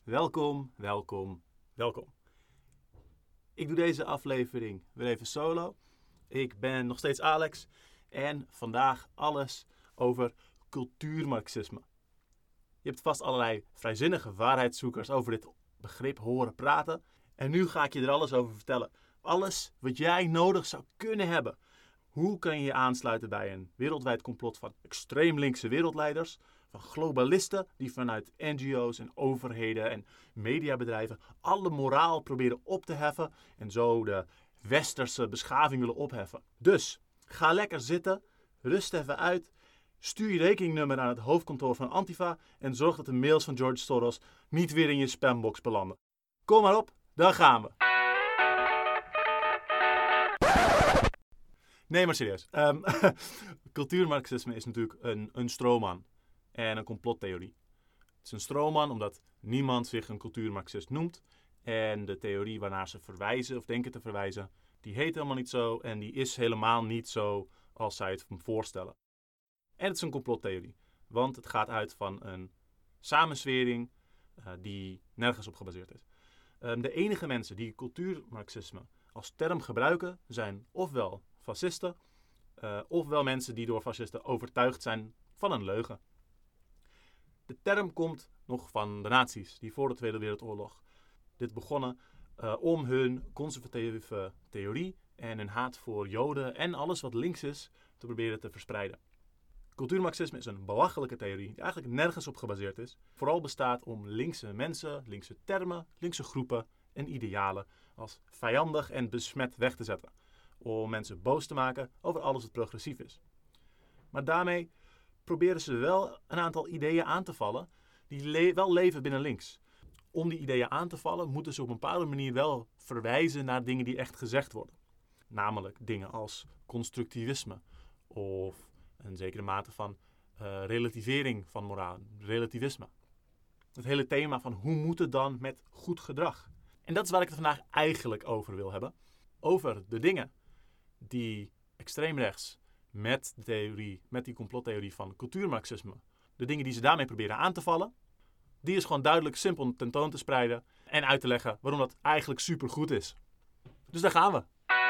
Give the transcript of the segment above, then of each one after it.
Welkom. Ik doe deze aflevering weer even solo. Ik ben nog steeds Alex en vandaag alles over cultuurmarxisme. Je hebt vast allerlei vrijzinnige waarheidszoekers over dit begrip horen praten. En nu ga ik je er alles over vertellen. Alles wat jij nodig zou kunnen hebben. Hoe kan je je aansluiten bij een wereldwijd complot van extreem linkse wereldleiders, van globalisten die vanuit NGO's en overheden en mediabedrijven alle moraal proberen op te heffen en zo de westerse beschaving willen opheffen. Dus ga lekker zitten, rust even uit, stuur je rekeningnummer aan het hoofdkantoor van Antifa en zorg dat de mails van George Soros niet weer in je spambox belanden. Kom maar op, daar gaan we. Nee, maar serieus. Cultuurmarxisme is natuurlijk een stroomman en een complottheorie. Het is een stroomman omdat niemand zich een cultuurmarxist noemt. En de theorie waarnaar ze verwijzen of denken te verwijzen, die heet helemaal niet zo en die is helemaal niet zo als zij het voorstellen. En het is een complottheorie, want het gaat uit van een samenzwering die nergens op gebaseerd is. De enige mensen die cultuurmarxisme als term gebruiken zijn ofwel fascisten, ofwel mensen die door fascisten overtuigd zijn van een leugen. De term komt nog van de nazi's, die voor de Tweede Wereldoorlog dit begonnen om hun conservatieve theorie en hun haat voor Joden en alles wat links is te proberen te verspreiden. Cultuurmarxisme is een belachelijke theorie die eigenlijk nergens op gebaseerd is. Vooral bestaat om linkse mensen, linkse termen, linkse groepen en idealen als vijandig en besmet weg te zetten. Om mensen boos te maken over alles wat progressief is. Maar daarmee proberen ze wel een aantal ideeën aan te vallen die wel leven binnen links. Om die ideeën aan te vallen moeten ze op een bepaalde manier wel verwijzen naar dingen die echt gezegd worden. Namelijk dingen als constructivisme of een zekere mate van relativering van moraal, relativisme. Het hele thema van hoe moet het dan met goed gedrag? En dat is waar ik het vandaag eigenlijk over wil hebben. Over de dingen die extreemrechts met die complottheorie van cultuurmarxisme, de dingen die ze daarmee proberen aan te vallen, die is gewoon duidelijk simpel tentoon te spreiden en uit te leggen waarom dat eigenlijk supergoed is. Dus daar gaan we.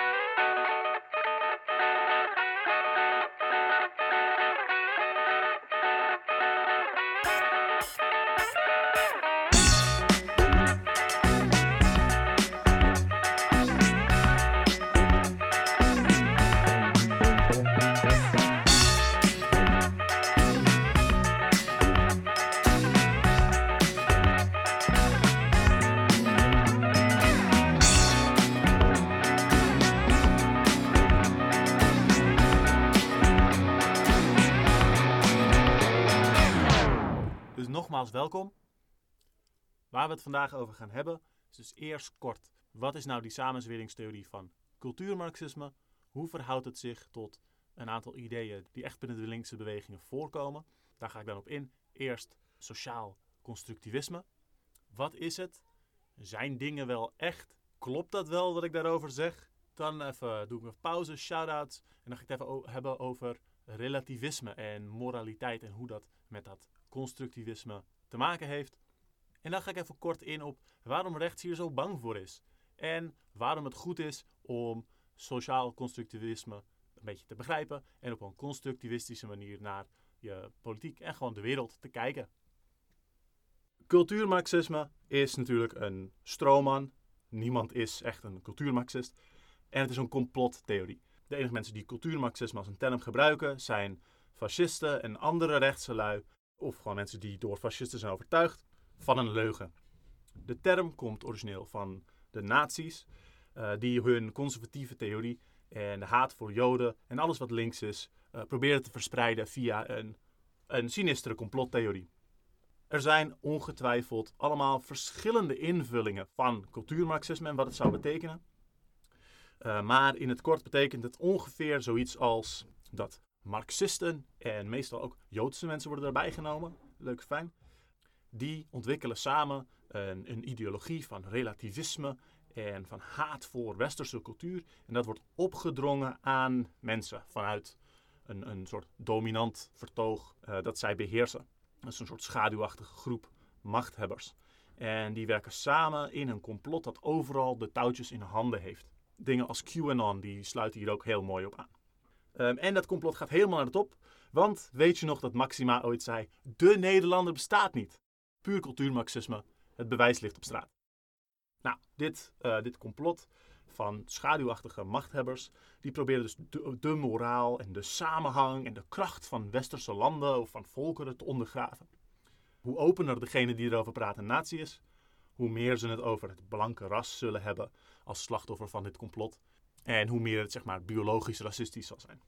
Nogmaals welkom. Waar we het vandaag over gaan hebben is dus eerst kort. Wat is nou die samenzweringstheorie van cultuurmarxisme? Hoe verhoudt het zich tot een aantal ideeën die echt binnen de linkse bewegingen voorkomen? Daar ga ik dan op in. Eerst sociaal constructivisme. Wat is het? Zijn dingen wel echt? Klopt dat wel wat ik daarover zeg? Dan doe ik even pauze, shout-outs. En dan ga ik het even hebben over relativisme en moraliteit en hoe dat met dat constructivisme te maken heeft. En dan ga ik even kort in op waarom rechts hier zo bang voor is. En waarom het goed is om sociaal constructivisme een beetje te begrijpen en op een constructivistische manier naar je politiek en gewoon de wereld te kijken. Cultuurmarxisme is natuurlijk een stroomman. Niemand is echt een cultuurmarxist. En het is een complottheorie. De enige mensen die cultuurmarxisme als een term gebruiken zijn fascisten en andere rechtse lui. Of gewoon mensen die door fascisten zijn overtuigd van een leugen. De term komt origineel van de nazi's, die hun conservatieve theorie en de haat voor Joden en alles wat links is, proberen te verspreiden via een sinistere complottheorie. Er zijn ongetwijfeld allemaal verschillende invullingen van cultuurmarxisme en wat het zou betekenen. Maar in het kort betekent het ongeveer zoiets als dat Marxisten en meestal ook Joodse mensen worden daarbij genomen, leuk fijn, die ontwikkelen samen een ideologie van relativisme en van haat voor westerse cultuur. En dat wordt opgedrongen aan mensen vanuit een soort dominant vertoog dat zij beheersen. Dat is een soort schaduwachtige groep machthebbers. En die werken samen in een complot dat overal de touwtjes in handen heeft. Dingen als QAnon, die sluiten hier ook heel mooi op aan. En dat complot gaat helemaal naar de top. Want weet je nog dat Maxima ooit zei, de Nederlander bestaat niet. Puur cultuurmarxisme, het bewijs ligt op straat. Nou, dit complot van schaduwachtige machthebbers, die proberen dus de moraal en de samenhang en de kracht van westerse landen of van volkeren te ondergraven. Hoe opener degene die erover praat een nazi is, hoe meer ze het over het blanke ras zullen hebben als slachtoffer van dit complot. En hoe meer het, zeg maar, biologisch racistisch zal zijn.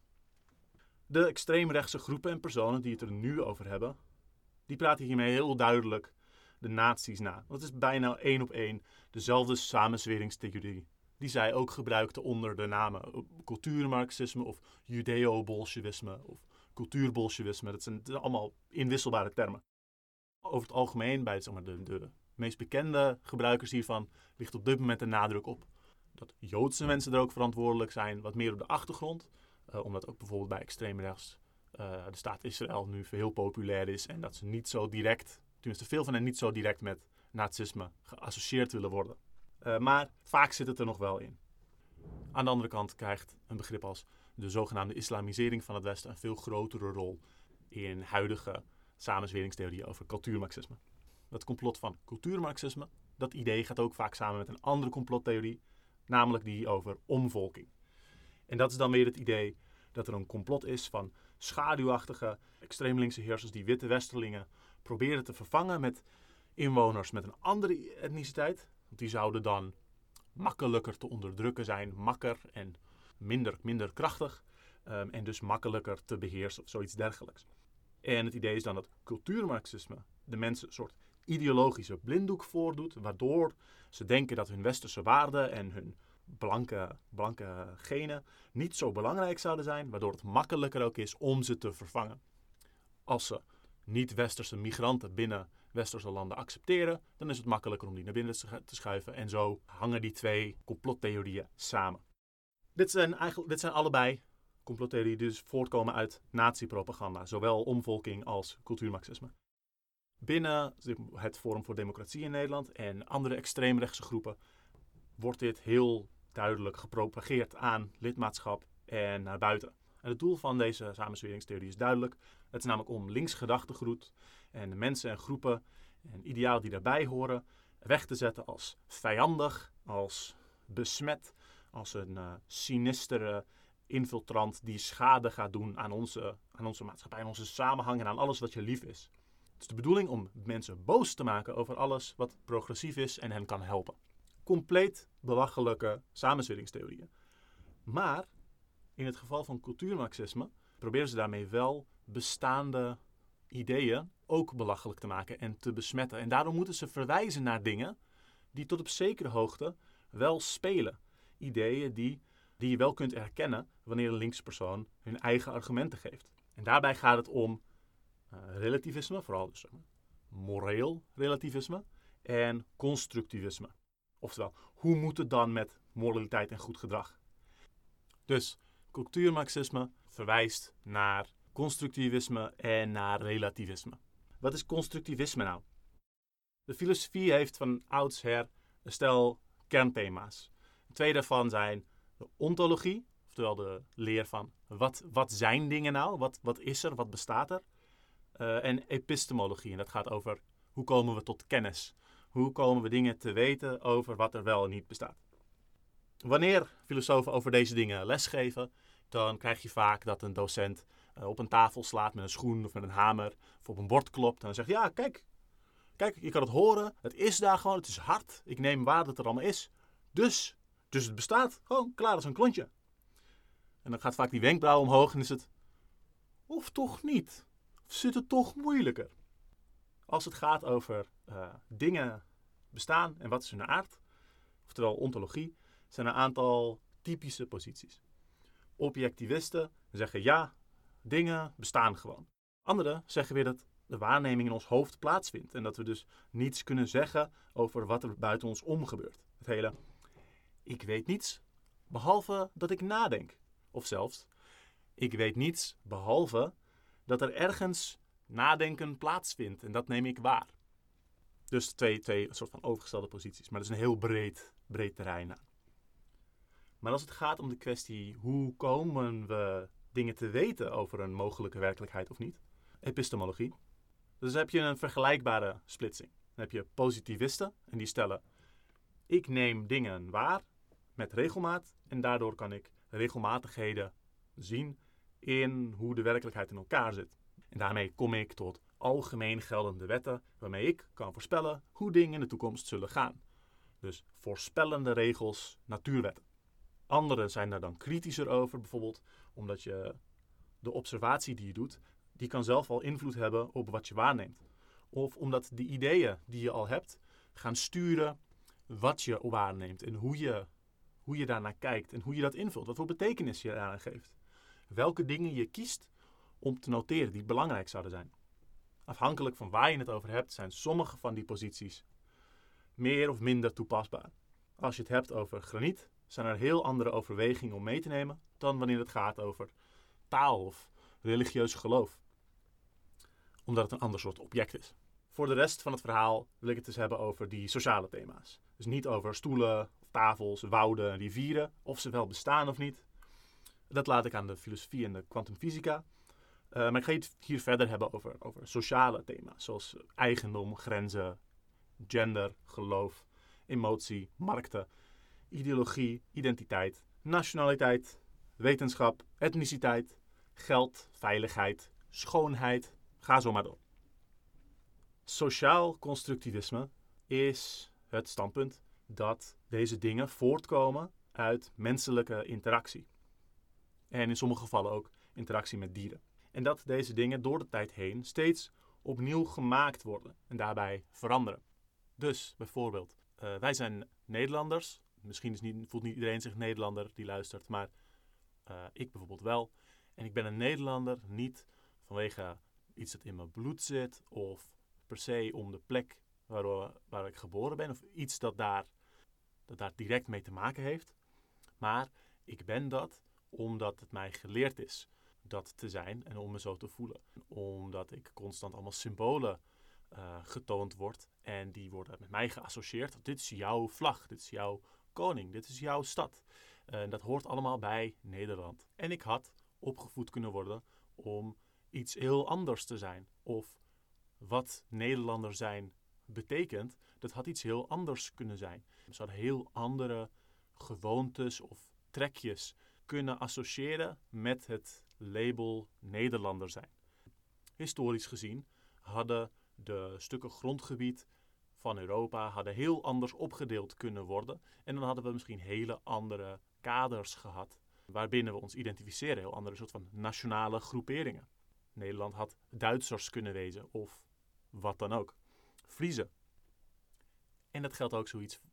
De extreemrechtse groepen en personen die het er nu over hebben, die praten hiermee heel duidelijk de nazi's na. Want het is bijna 1 op 1 dezelfde samenzweringstheorie die zij ook gebruikten onder de namen cultuurmarxisme of judeo-bolsjewisme of cultuurbolsjewisme. Dat zijn allemaal inwisselbare termen. Over het algemeen, bij zeg maar, de meest bekende gebruikers hiervan, ligt op dit moment de nadruk op dat Joodse mensen er ook verantwoordelijk zijn, wat meer op de achtergrond. Omdat ook bijvoorbeeld bij extreemrechts de staat Israël nu heel populair is en dat ze niet zo direct, tenminste veel van hen niet zo direct met nazisme geassocieerd willen worden. Maar vaak zit het er nog wel in. Aan de andere kant krijgt een begrip als de zogenaamde islamisering van het Westen een veel grotere rol in huidige samenzweringstheorieën over cultuurmarxisme. Dat complot van cultuurmarxisme, dat idee gaat ook vaak samen met een andere complottheorie, namelijk die over omvolking. En dat is dan weer het idee dat er een complot is van schaduwachtige, extreem linkse heersers die witte westerlingen proberen te vervangen met inwoners met een andere etniciteit. Want die zouden dan makkelijker te onderdrukken zijn, makker en minder krachtig. En dus makkelijker te beheersen of zoiets dergelijks. En het idee is dan dat cultuurmarxisme de mensen een soort ideologische blinddoek voordoet, waardoor ze denken dat hun westerse waarden en hun blanke genen niet zo belangrijk zouden zijn, waardoor het makkelijker ook is om ze te vervangen. Als ze niet-westerse migranten binnen westerse landen accepteren, dan is het makkelijker om die naar binnen te schuiven. En zo hangen die twee complottheorieën samen. Dit zijn allebei complottheorieën die dus voortkomen uit nazi-propaganda, zowel omvolking als cultuurmarxisme. Binnen het Forum voor Democratie in Nederland en andere extreemrechtse groepen wordt dit heel duidelijk gepropageerd aan lidmaatschap en naar buiten. En het doel van deze samenzweringstheorie is duidelijk. Het is namelijk om links gedachtegoed en de mensen en groepen en idealen die daarbij horen weg te zetten als vijandig, als besmet, als een sinistere infiltrant die schade gaat doen aan onze maatschappij, aan onze samenhang en aan alles wat je lief is. Het is de bedoeling om mensen boos te maken over alles wat progressief is en hen kan helpen. Compleet belachelijke samenzweringstheorieën. Maar in het geval van cultuurmarxisme proberen ze daarmee wel bestaande ideeën ook belachelijk te maken en te besmetten. En daarom moeten ze verwijzen naar dingen die tot op zekere hoogte wel spelen. Ideeën die je wel kunt herkennen wanneer een linkse persoon hun eigen argumenten geeft. En daarbij gaat het om relativisme, vooral dus moreel relativisme en constructivisme. Oftewel, hoe moet het dan met moraliteit en goed gedrag? Dus cultuurmarxisme verwijst naar constructivisme en naar relativisme. Wat is constructivisme nou? De filosofie heeft van oudsher een stel kernthema's. Twee daarvan zijn de ontologie, oftewel de leer van wat zijn dingen nou? Wat is er? Wat bestaat er? En epistemologie, en dat gaat over hoe komen we tot kennis? Hoe komen we dingen te weten over wat er wel en niet bestaat? Wanneer filosofen over deze dingen lesgeven, dan krijg je vaak dat een docent op een tafel slaat met een schoen of met een hamer of op een bord klopt en dan zegt, ja, kijk, je kan het horen, het is daar gewoon, het is hard, ik neem waar dat het er allemaal is, dus het bestaat, gewoon klaar als een klontje. En dan gaat vaak die wenkbrauw omhoog en is het, of toch niet, of zit het toch moeilijker? Als het gaat over dingen bestaan en wat is hun aard, oftewel ontologie, zijn er een aantal typische posities. Objectivisten zeggen ja, dingen bestaan gewoon. Anderen zeggen weer dat de waarneming in ons hoofd plaatsvindt en dat we dus niets kunnen zeggen over wat er buiten ons om gebeurt. Het hele, ik weet niets behalve dat ik nadenk. Of zelfs, ik weet niets behalve dat er ergens nadenken plaatsvindt en dat neem ik waar. Dus twee soort van overgestelde posities. Maar dat is een heel breed terrein aan. Maar als het gaat om de kwestie hoe komen we dingen te weten over een mogelijke werkelijkheid of niet? Epistemologie. Dus dan heb je een vergelijkbare splitsing. Dan heb je positivisten en die stellen: ik neem dingen waar met regelmaat en daardoor kan ik regelmatigheden zien in hoe de werkelijkheid in elkaar zit. En daarmee kom ik tot algemeen geldende wetten waarmee ik kan voorspellen hoe dingen in de toekomst zullen gaan. Dus voorspellende regels, natuurwetten. Anderen zijn daar dan kritischer over, bijvoorbeeld omdat je de observatie die je doet, die kan zelf al invloed hebben op wat je waarneemt. Of omdat de ideeën die je al hebt gaan sturen wat je waarneemt en hoe je daarnaar kijkt en hoe je dat invult. Wat voor betekenis je eraan geeft. Welke dingen je kiest om te noteren die belangrijk zouden zijn. Afhankelijk van waar je het over hebt, zijn sommige van die posities meer of minder toepasbaar. Als je het hebt over graniet, zijn er heel andere overwegingen om mee te nemen dan wanneer het gaat over taal of religieus geloof. Omdat het een ander soort object is. Voor de rest van het verhaal wil ik het dus hebben over die sociale thema's. Dus niet over stoelen, tafels, wouden, rivieren, of ze wel bestaan of niet. Dat laat ik aan de filosofie en de kwantumfysica. Maar ik ga het hier verder hebben over sociale thema's, zoals eigendom, grenzen, gender, geloof, emotie, markten, ideologie, identiteit, nationaliteit, wetenschap, etniciteit, geld, veiligheid, schoonheid. Ga zo maar door. Sociaal constructivisme is het standpunt dat deze dingen voortkomen uit menselijke interactie. En in sommige gevallen ook interactie met dieren. En dat deze dingen door de tijd heen steeds opnieuw gemaakt worden en daarbij veranderen. Dus bijvoorbeeld, wij zijn Nederlanders. Misschien voelt niet iedereen zich Nederlander die luistert, maar ik bijvoorbeeld wel. En ik ben een Nederlander niet vanwege iets dat in mijn bloed zit of per se om de plek waar ik geboren ben of iets dat daar direct mee te maken heeft. Maar ik ben dat omdat het mij geleerd is dat te zijn en om me zo te voelen. Omdat ik constant allemaal symbolen getoond word en die worden met mij geassocieerd. Dit is jouw vlag, dit is jouw koning, dit is jouw stad. Dat hoort allemaal bij Nederland. En ik had opgevoed kunnen worden om iets heel anders te zijn. Of wat Nederlander zijn betekent, dat had iets heel anders kunnen zijn. Ze hadden heel andere gewoontes of trekjes kunnen associëren met het label Nederlander zijn. Historisch gezien hadden de stukken grondgebied van Europa hadden heel anders opgedeeld kunnen worden. En dan hadden we misschien hele andere kaders gehad waarbinnen we ons identificeren. Heel andere soort van nationale groeperingen. Nederland had Duitsers kunnen wezen of wat dan ook. Friezen. En dat geldt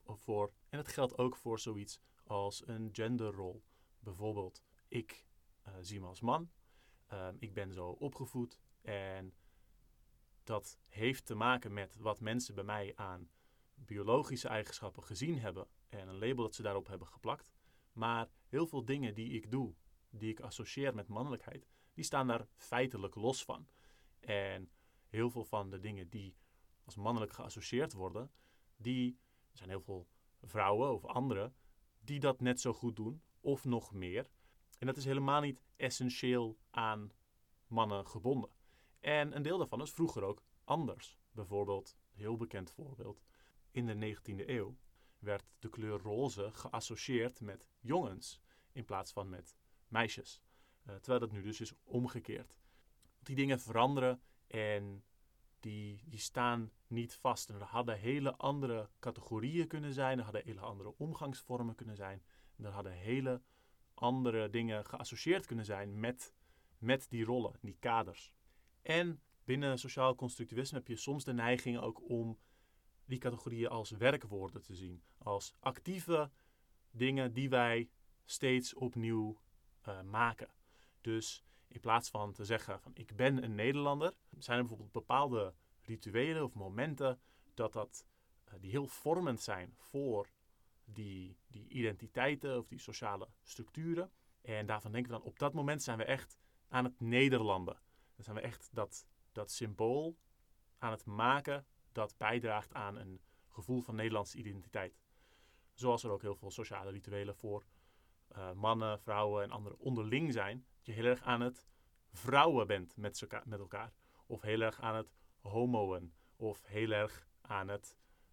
ook voor zoiets als een genderrol. Bijvoorbeeld, ik zie me als man. Ik ben zo opgevoed en dat heeft te maken met wat mensen bij mij aan biologische eigenschappen gezien hebben en een label dat ze daarop hebben geplakt. Maar heel veel dingen die ik doe, die ik associeer met mannelijkheid, die staan daar feitelijk los van. En heel veel van de dingen die als mannelijk geassocieerd worden, er zijn heel veel vrouwen of anderen die dat net zo goed doen of nog meer. En dat is helemaal niet essentieel aan mannen gebonden. En een deel daarvan is vroeger ook anders. Bijvoorbeeld, een heel bekend voorbeeld. In de 19e eeuw werd de kleur roze geassocieerd met jongens in plaats van met meisjes. Terwijl dat nu dus is omgekeerd. Die dingen veranderen en die staan niet vast. En er hadden hele andere categorieën kunnen zijn. Er hadden hele andere omgangsvormen kunnen zijn. En er hadden hele andere dingen geassocieerd kunnen zijn met die rollen, die kaders. En binnen sociaal constructivisme heb je soms de neiging ook om die categorieën als werkwoorden te zien. Als actieve dingen die wij steeds opnieuw maken. Dus in plaats van te zeggen van ik ben een Nederlander, zijn er bijvoorbeeld bepaalde rituelen of momenten die heel vormend zijn voor die identiteiten of die sociale structuren. En daarvan denken we dan op dat moment zijn we echt aan het Nederlanden. Dan zijn we echt dat symbool aan het maken dat bijdraagt aan een gevoel van Nederlandse identiteit. Zoals er ook heel veel sociale rituelen voor mannen, vrouwen en anderen onderling zijn. Dat je heel erg aan het vrouwen bent met elkaar. Of heel erg aan het homoen. Of heel erg aan het,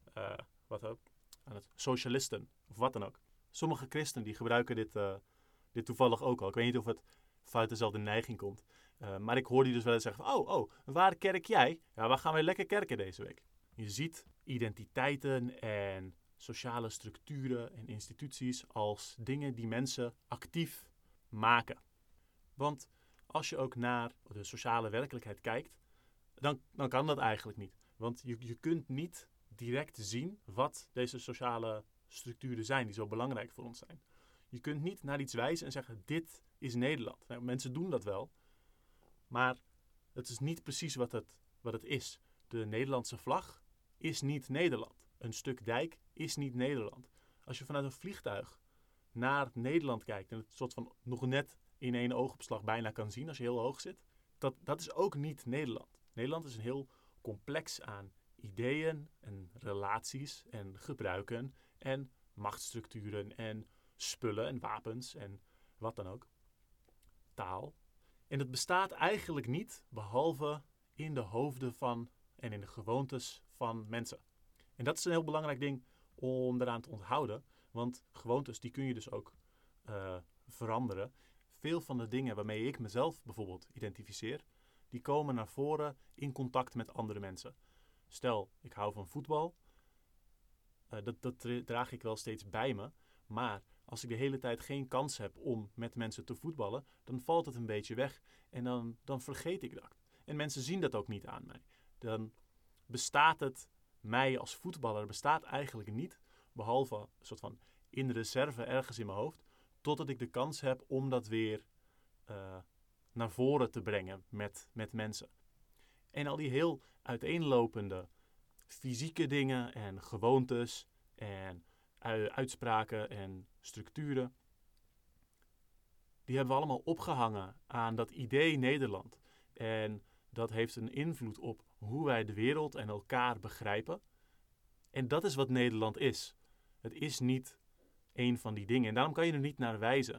aan het socialisten. Of wat dan ook. Sommige christenen die gebruiken dit toevallig ook al. Ik weet niet of het vanuit dezelfde neiging komt. Maar ik hoor die dus wel eens zeggen van, waar kerk jij? Ja, waar gaan we lekker kerken deze week? Je ziet identiteiten en sociale structuren en instituties als dingen die mensen actief maken. Want als je ook naar de sociale werkelijkheid kijkt, dan kan dat eigenlijk niet. Want je kunt niet direct zien wat deze sociale structuren zijn die zo belangrijk voor ons zijn. Je kunt niet naar iets wijzen en zeggen, dit is Nederland. Nou, mensen doen dat wel, maar het is niet precies wat het is. De Nederlandse vlag is niet Nederland. Een stuk dijk is niet Nederland. Als je vanuit een vliegtuig naar Nederland kijkt en het soort van nog net in één oogopslag bijna kan zien als je heel hoog zit, dat is ook niet Nederland. Nederland is een heel complex aan ideeën en relaties en gebruiken en machtsstructuren en spullen en wapens en wat dan ook. Taal. En het bestaat eigenlijk niet behalve in de hoofden van en in de gewoontes van mensen. En dat is een heel belangrijk ding om eraan te onthouden. Want gewoontes die kun je dus ook veranderen. Veel van de dingen waarmee ik mezelf bijvoorbeeld identificeer, die komen naar voren in contact met andere mensen. Stel, ik hou van voetbal. Dat draag ik wel steeds bij me. Maar als ik de hele tijd geen kans heb om met mensen te voetballen, dan valt het een beetje weg. En dan vergeet ik dat. En mensen zien dat ook niet aan mij. Dan bestaat het mij als voetballer bestaat eigenlijk niet, behalve een soort van in reserve ergens in mijn hoofd, totdat ik de kans heb om dat weer naar voren te brengen met mensen. En al die heel uiteenlopende fysieke dingen en gewoontes en uitspraken en structuren, die hebben we allemaal opgehangen aan dat idee Nederland. En dat heeft een invloed op hoe wij de wereld en elkaar begrijpen. En dat is wat Nederland is. Het is niet één van die dingen. En daarom kan je er niet naar wijzen.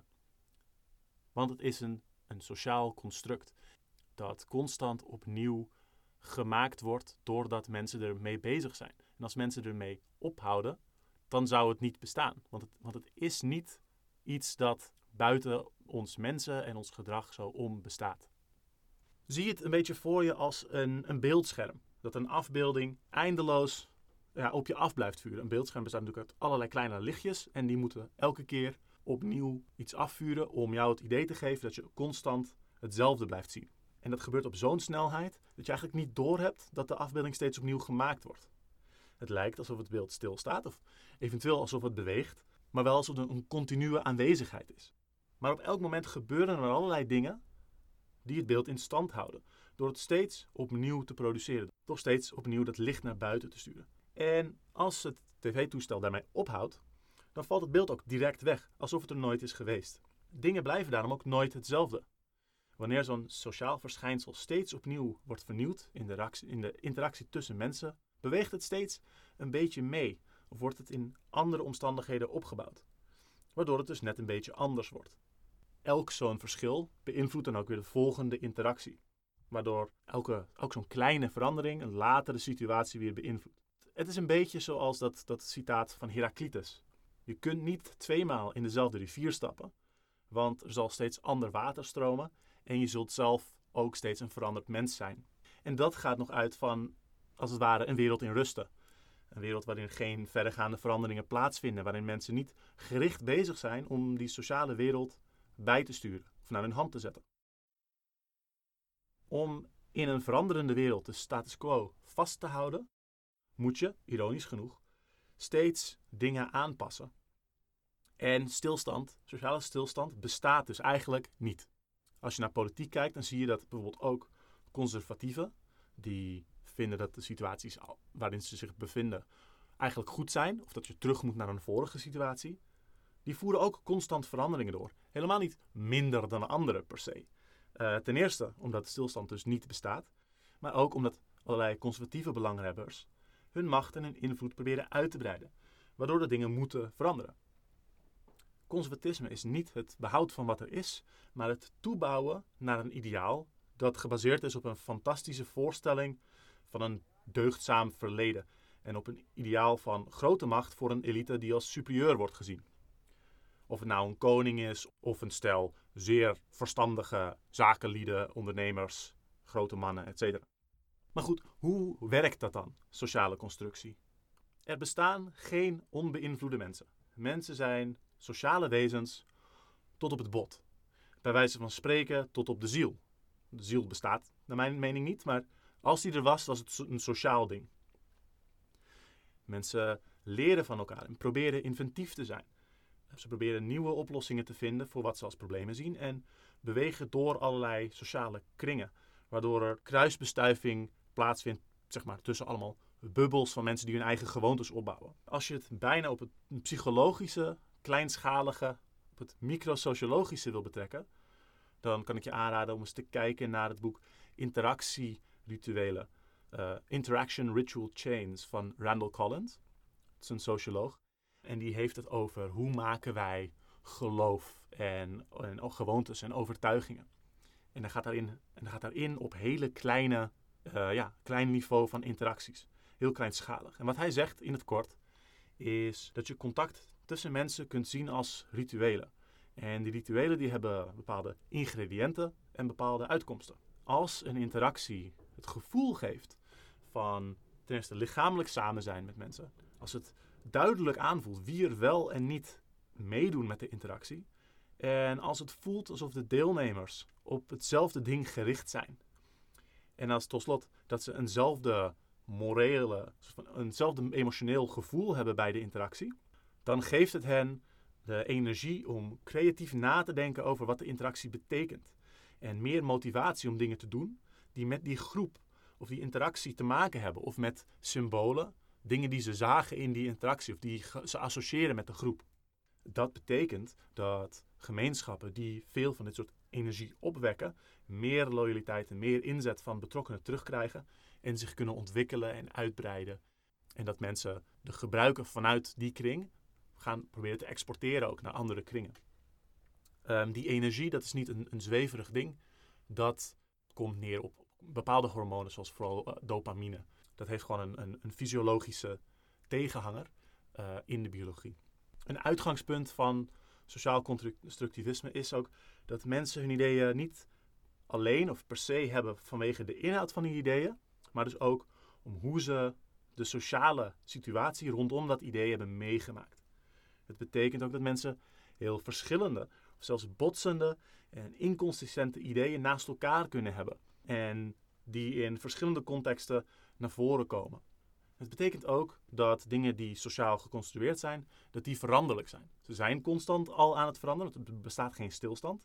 Want het is een sociaal construct dat constant opnieuw gemaakt wordt doordat mensen ermee bezig zijn. En als mensen ermee ophouden, dan zou het niet bestaan. Want het is niet iets dat buiten ons mensen en ons gedrag zo om bestaat. Zie het een beetje voor je als een beeldscherm. Dat een afbeelding eindeloos op je af blijft vuren. Een beeldscherm bestaat natuurlijk uit allerlei kleine lichtjes. En die moeten elke keer opnieuw iets afvuren om jou het idee te geven dat je constant hetzelfde blijft zien. En dat gebeurt op zo'n snelheid dat je eigenlijk niet doorhebt dat de afbeelding steeds opnieuw gemaakt wordt. Het lijkt alsof het beeld stilstaat of eventueel alsof het beweegt, maar wel alsof er een continue aanwezigheid is. Maar op elk moment gebeuren er allerlei dingen die het beeld in stand houden. Door het steeds opnieuw te produceren. Door steeds opnieuw dat licht naar buiten te sturen. En als het tv-toestel daarmee ophoudt, dan valt het beeld ook direct weg. Alsof het er nooit is geweest. Dingen blijven daarom ook nooit hetzelfde. Wanneer zo'n sociaal verschijnsel steeds opnieuw wordt vernieuwd in de interactie tussen mensen, beweegt het steeds een beetje mee. Of wordt het in andere omstandigheden opgebouwd. Waardoor het dus net een beetje anders wordt. Elk zo'n verschil beïnvloedt dan ook weer de volgende interactie. Waardoor ook zo'n kleine verandering een latere situatie weer beïnvloedt. Het is een beetje zoals dat citaat van Heraclitus. Je kunt niet 2 maal in dezelfde rivier stappen, want er zal steeds ander water stromen en je zult zelf ook steeds een veranderd mens zijn. En dat gaat nog uit van, als het ware, een wereld in rusten. Een wereld waarin geen verregaande veranderingen plaatsvinden, waarin mensen niet gericht bezig zijn om die sociale wereld bij te sturen of naar hun hand te zetten. Om in een veranderende wereld de status quo vast te houden, moet je, ironisch genoeg, steeds dingen aanpassen. En sociale stilstand, bestaat dus eigenlijk niet. Als je naar politiek kijkt, dan zie je dat bijvoorbeeld ook conservatieven, die vinden dat de situaties waarin ze zich bevinden eigenlijk goed zijn, of dat je terug moet naar een vorige situatie, die voeren ook constant veranderingen door. Helemaal niet minder dan anderen per se. Ten eerste omdat de stilstand dus niet bestaat, maar ook omdat allerlei conservatieve belanghebbers hun macht en hun invloed proberen uit te breiden, waardoor de dingen moeten veranderen. Conservatisme is niet het behoud van wat er is, maar het toebouwen naar een ideaal dat gebaseerd is op een fantastische voorstelling van een deugdzaam verleden en op een ideaal van grote macht voor een elite die als superieur wordt gezien. Of het nou een koning is of een stel zeer verstandige zakenlieden, ondernemers, grote mannen, etc. Maar goed, hoe werkt dat dan, sociale constructie? Er bestaan geen onbeïnvloede mensen. Mensen zijn sociale wezens tot op het bot. Bij wijze van spreken tot op de ziel. De ziel bestaat naar mijn mening niet, maar als die er was het een sociaal ding. Mensen leren van elkaar en proberen inventief te zijn. Ze proberen nieuwe oplossingen te vinden voor wat ze als problemen zien en bewegen door allerlei sociale kringen, waardoor er kruisbestuiving plaatsvindt, zeg maar, tussen allemaal bubbels van mensen die hun eigen gewoontes opbouwen. Als je het bijna op het psychologische, kleinschalige, op het microsociologische wil betrekken, dan kan ik je aanraden om eens te kijken naar het boek Interactierituelen, Interaction Ritual Chains van Randall Collins. Het is een socioloog. En die heeft het over hoe maken wij geloof en gewoontes en overtuigingen. En dan gaat daarin op hele klein niveau van interacties. Heel kleinschalig. En wat hij zegt in het kort is dat je contact tussen mensen kunt zien als rituelen. En die rituelen die hebben bepaalde ingrediënten en bepaalde uitkomsten. Als een interactie het gevoel geeft van ten eerste lichamelijk samen zijn met mensen. Als het duidelijk aanvoelt wie er wel en niet meedoen met de interactie. En als het voelt alsof de deelnemers op hetzelfde ding gericht zijn. En als tot slot dat ze eenzelfde emotioneel gevoel hebben bij de interactie. Dan geeft het hen de energie om creatief na te denken over wat de interactie betekent. En meer motivatie om dingen te doen die met die groep of die interactie te maken hebben. Of met symbolen, dingen die ze zagen in die interactie of die ze associëren met de groep. Dat betekent dat gemeenschappen die veel van dit soort energie opwekken, meer loyaliteit en meer inzet van betrokkenen terugkrijgen en zich kunnen ontwikkelen en uitbreiden. En dat mensen de gebruiken vanuit die kring gaan proberen te exporteren ook naar andere kringen. Die energie, dat is niet een zweverig ding. Dat komt neer op bepaalde hormonen, zoals vooral dopamine. Dat heeft gewoon een fysiologische tegenhanger in de biologie. Een uitgangspunt van sociaal constructivisme is ook dat mensen hun ideeën niet alleen of per se hebben vanwege de inhoud van die ideeën, maar dus ook om hoe ze de sociale situatie rondom dat idee hebben meegemaakt. Het betekent ook dat mensen heel verschillende, of zelfs botsende en inconsistente ideeën naast elkaar kunnen hebben. En die in verschillende contexten naar voren komen. Het betekent ook dat dingen die sociaal geconstrueerd zijn, dat die veranderlijk zijn. Ze zijn constant al aan het veranderen, want er bestaat geen stilstand.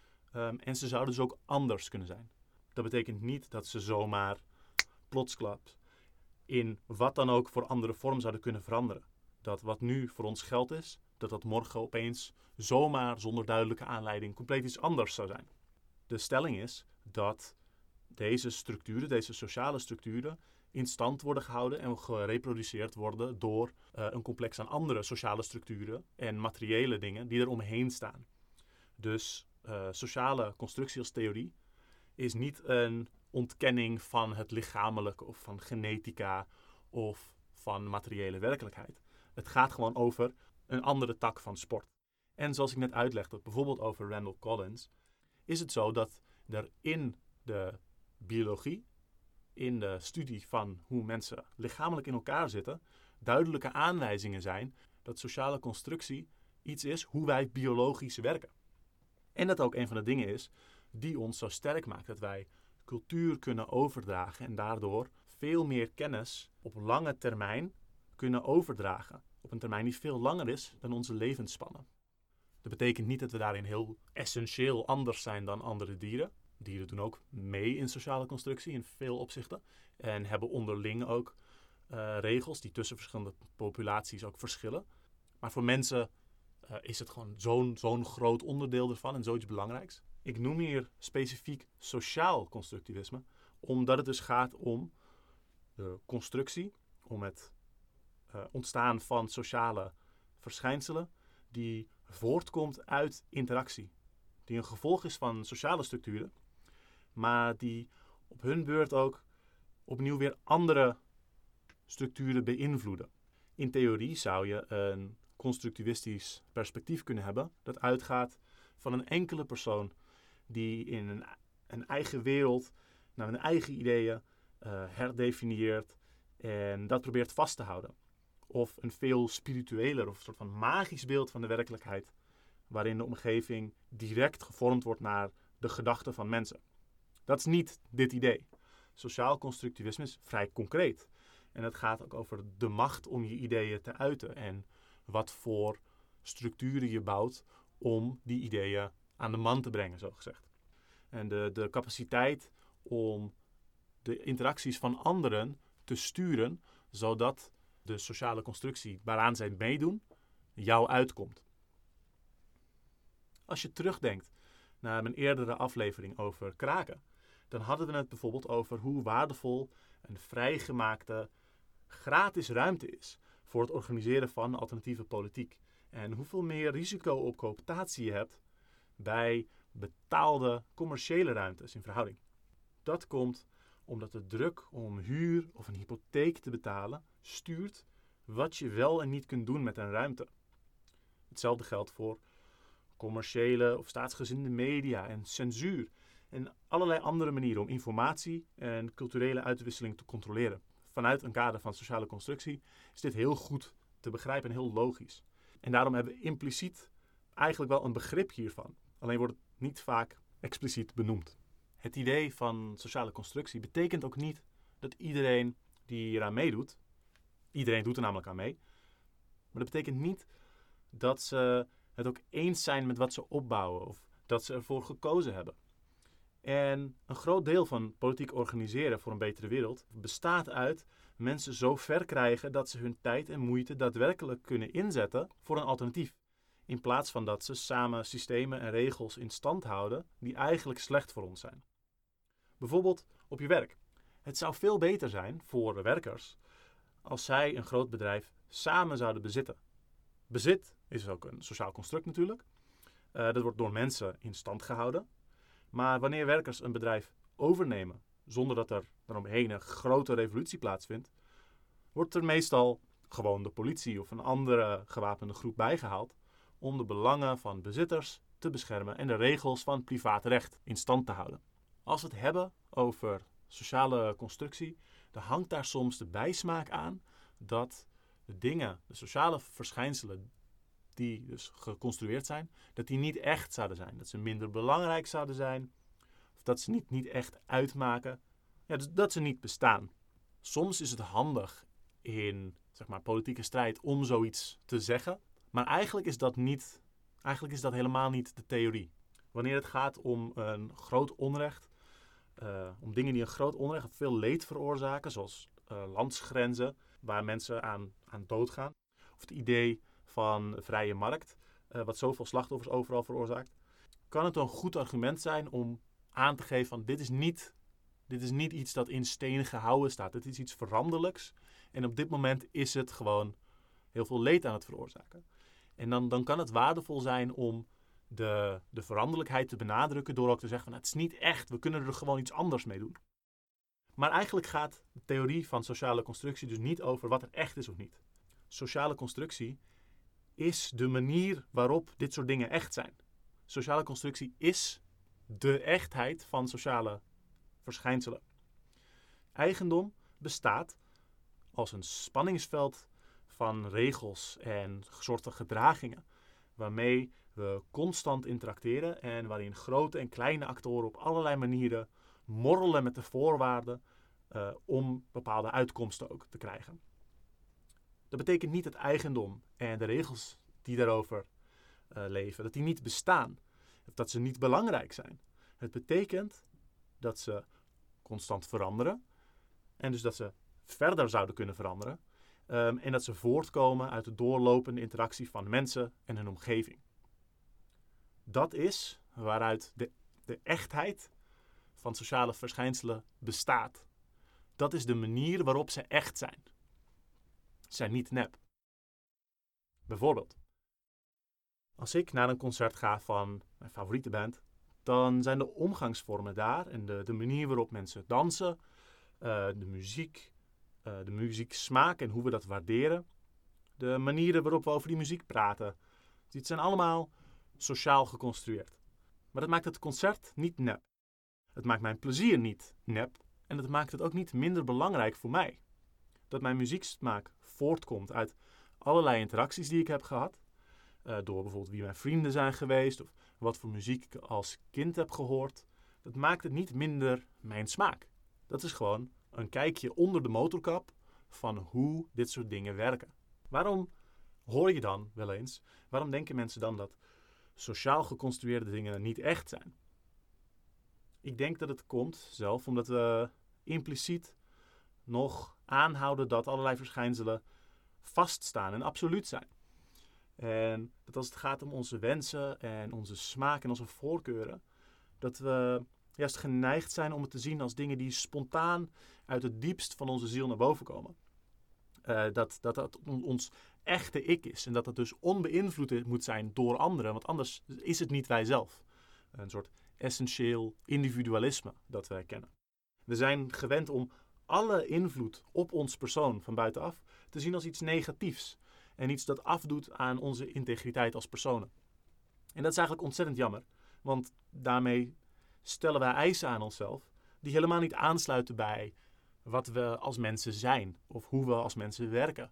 En ze zouden dus ook anders kunnen zijn. Dat betekent niet dat ze zomaar plotsklaps in wat dan ook voor andere vorm zouden kunnen veranderen. Dat wat nu voor ons geld is, dat morgen opeens zomaar zonder duidelijke aanleiding compleet iets anders zou zijn. De stelling is dat deze structuren, deze sociale structuren, in stand worden gehouden en gereproduceerd worden door een complex aan andere sociale structuren en materiële dingen die er omheen staan. Dus sociale constructie als theorie is niet een ontkenning van het lichamelijke of van genetica of van materiële werkelijkheid. Het gaat gewoon over een andere tak van sport. En zoals ik net uitlegde, bijvoorbeeld over Randall Collins, is het zo dat er in de biologie, in de studie van hoe mensen lichamelijk in elkaar zitten, duidelijke aanwijzingen zijn dat sociale constructie iets is hoe wij biologisch werken. En dat ook een van de dingen is die ons zo sterk maakt, dat wij cultuur kunnen overdragen en daardoor veel meer kennis op lange termijn kunnen overdragen. Op een termijn die veel langer is dan onze levensspannen. Dat betekent niet dat we daarin heel essentieel anders zijn dan andere dieren. Dieren doen ook mee in sociale constructie in veel opzichten. En hebben onderling ook regels die tussen verschillende populaties ook verschillen. Maar voor mensen is het gewoon zo'n groot onderdeel ervan en zoiets belangrijks. Ik noem hier specifiek sociaal constructivisme, omdat het dus gaat om de constructie om het ontstaan van sociale verschijnselen die voortkomt uit interactie. Die een gevolg is van sociale structuren, maar die op hun beurt ook opnieuw weer andere structuren beïnvloeden. In theorie zou je een constructivistisch perspectief kunnen hebben dat uitgaat van een enkele persoon die in een eigen wereld, naar hun eigen ideeën herdefinieert en dat probeert vast te houden. Of een veel spiritueler of een soort van magisch beeld van de werkelijkheid, waarin de omgeving direct gevormd wordt naar de gedachten van mensen. Dat is niet dit idee. Sociaal constructivisme is vrij concreet. En het gaat ook over de macht om je ideeën te uiten en wat voor structuren je bouwt om die ideeën aan de man te brengen, zogezegd. En de capaciteit om de interacties van anderen te sturen, zodat de sociale constructie waaraan zij meedoen, jou uitkomt. Als je terugdenkt naar mijn eerdere aflevering over kraken, dan hadden we het bijvoorbeeld over hoe waardevol een vrijgemaakte gratis ruimte is voor het organiseren van alternatieve politiek. En hoeveel meer risico op cooptatie je hebt bij betaalde commerciële ruimtes in verhouding. Dat komt omdat de druk om huur of een hypotheek te betalen stuurt wat je wel en niet kunt doen met een ruimte. Hetzelfde geldt voor commerciële of staatsgezinde media en censuur en allerlei andere manieren om informatie en culturele uitwisseling te controleren. Vanuit een kader van sociale constructie is dit heel goed te begrijpen en heel logisch. En daarom hebben we impliciet eigenlijk wel een begrip hiervan. Alleen wordt het niet vaak expliciet benoemd. Het idee van sociale constructie betekent ook niet dat iedereen die eraan meedoet, iedereen doet er namelijk aan mee, maar dat betekent niet dat ze het ook eens zijn met wat ze opbouwen of dat ze ervoor gekozen hebben. En een groot deel van politiek organiseren voor een betere wereld bestaat uit mensen zo ver krijgen dat ze hun tijd en moeite daadwerkelijk kunnen inzetten voor een alternatief. In plaats van dat ze samen systemen en regels in stand houden die eigenlijk slecht voor ons zijn. Bijvoorbeeld op je werk. Het zou veel beter zijn voor de werkers als zij een groot bedrijf samen zouden bezitten. Bezit is ook een sociaal construct natuurlijk. Dat wordt door mensen in stand gehouden. Maar wanneer werkers een bedrijf overnemen zonder dat er daaromheen een grote revolutie plaatsvindt, wordt er meestal gewoon de politie of een andere gewapende groep bijgehaald om de belangen van bezitters te beschermen en de regels van privaatrecht in stand te houden. Als we het hebben over sociale constructie, dan hangt daar soms de bijsmaak aan dat de dingen, de sociale verschijnselen die dus geconstrueerd zijn, dat die niet echt zouden zijn. Dat ze minder belangrijk zouden zijn. Of dat ze niet echt uitmaken. Ja, dus dat ze niet bestaan. Soms is het handig in politieke strijd om zoiets te zeggen. Maar eigenlijk is dat helemaal niet de theorie. Wanneer het gaat om een groot onrecht, om dingen die een groot onrecht of veel leed veroorzaken, zoals landsgrenzen waar mensen aan doodgaan. Of het idee van vrije markt, wat zoveel slachtoffers overal veroorzaakt, kan het een goed argument zijn om aan te geven van dit is niet iets dat in steen gehouden staat. Dit is iets veranderlijks en op dit moment is het gewoon heel veel leed aan het veroorzaken. En dan kan het waardevol zijn om de veranderlijkheid te benadrukken door ook te zeggen van het is niet echt, we kunnen er gewoon iets anders mee doen. Maar eigenlijk gaat de theorie van sociale constructie dus niet over wat er echt is of niet. Sociale constructie is de manier waarop dit soort dingen echt zijn. Sociale constructie is de echtheid van sociale verschijnselen. Eigendom bestaat als een spanningsveld van regels en soorten gedragingen waarmee we constant interacteren en waarin grote en kleine actoren op allerlei manieren morrelen met de voorwaarden om bepaalde uitkomsten ook te krijgen. Dat betekent niet dat eigendom en de regels die daarover leven, dat die niet bestaan. Of dat ze niet belangrijk zijn. Het betekent dat ze constant veranderen. En dus dat ze verder zouden kunnen veranderen. En dat ze voortkomen uit de doorlopende interactie van mensen en hun omgeving. Dat is waaruit de echtheid van sociale verschijnselen bestaat. Dat is de manier waarop ze echt zijn. zijn niet nep. Bijvoorbeeld, als ik naar een concert ga van mijn favoriete band, dan zijn de omgangsvormen daar en de manier waarop mensen dansen, de muzieksmaak en hoe we dat waarderen, de manieren waarop we over die muziek praten, dit zijn allemaal sociaal geconstrueerd. Maar dat maakt het concert niet nep. Het maakt mijn plezier niet nep en het maakt het ook niet minder belangrijk voor mij. Dat mijn muzieksmaak voortkomt uit allerlei interacties die ik heb gehad, door bijvoorbeeld wie mijn vrienden zijn geweest of wat voor muziek ik als kind heb gehoord. Dat maakt het niet minder mijn smaak. Dat is gewoon een kijkje onder de motorkap van hoe dit soort dingen werken. Waarom hoor je dan wel eens, waarom denken mensen dan dat sociaal geconstrueerde dingen niet echt zijn? Ik denk dat het komt zelf omdat we impliciet nog aanhouden dat allerlei verschijnselen vaststaan en absoluut zijn. En dat als het gaat om onze wensen en onze smaak en onze voorkeuren, dat we juist geneigd zijn om het te zien als dingen die spontaan uit het diepst van onze ziel naar boven komen. Dat ons echte ik is en dat het dus onbeïnvloed moet zijn door anderen, want anders is het niet wij zelf. Een soort essentieel individualisme dat wij kennen. We zijn gewend om alle invloed op ons persoon van buitenaf te zien als iets negatiefs en iets dat afdoet aan onze integriteit als personen. En dat is eigenlijk ontzettend jammer, want daarmee stellen wij eisen aan onszelf die helemaal niet aansluiten bij wat we als mensen zijn of hoe we als mensen werken.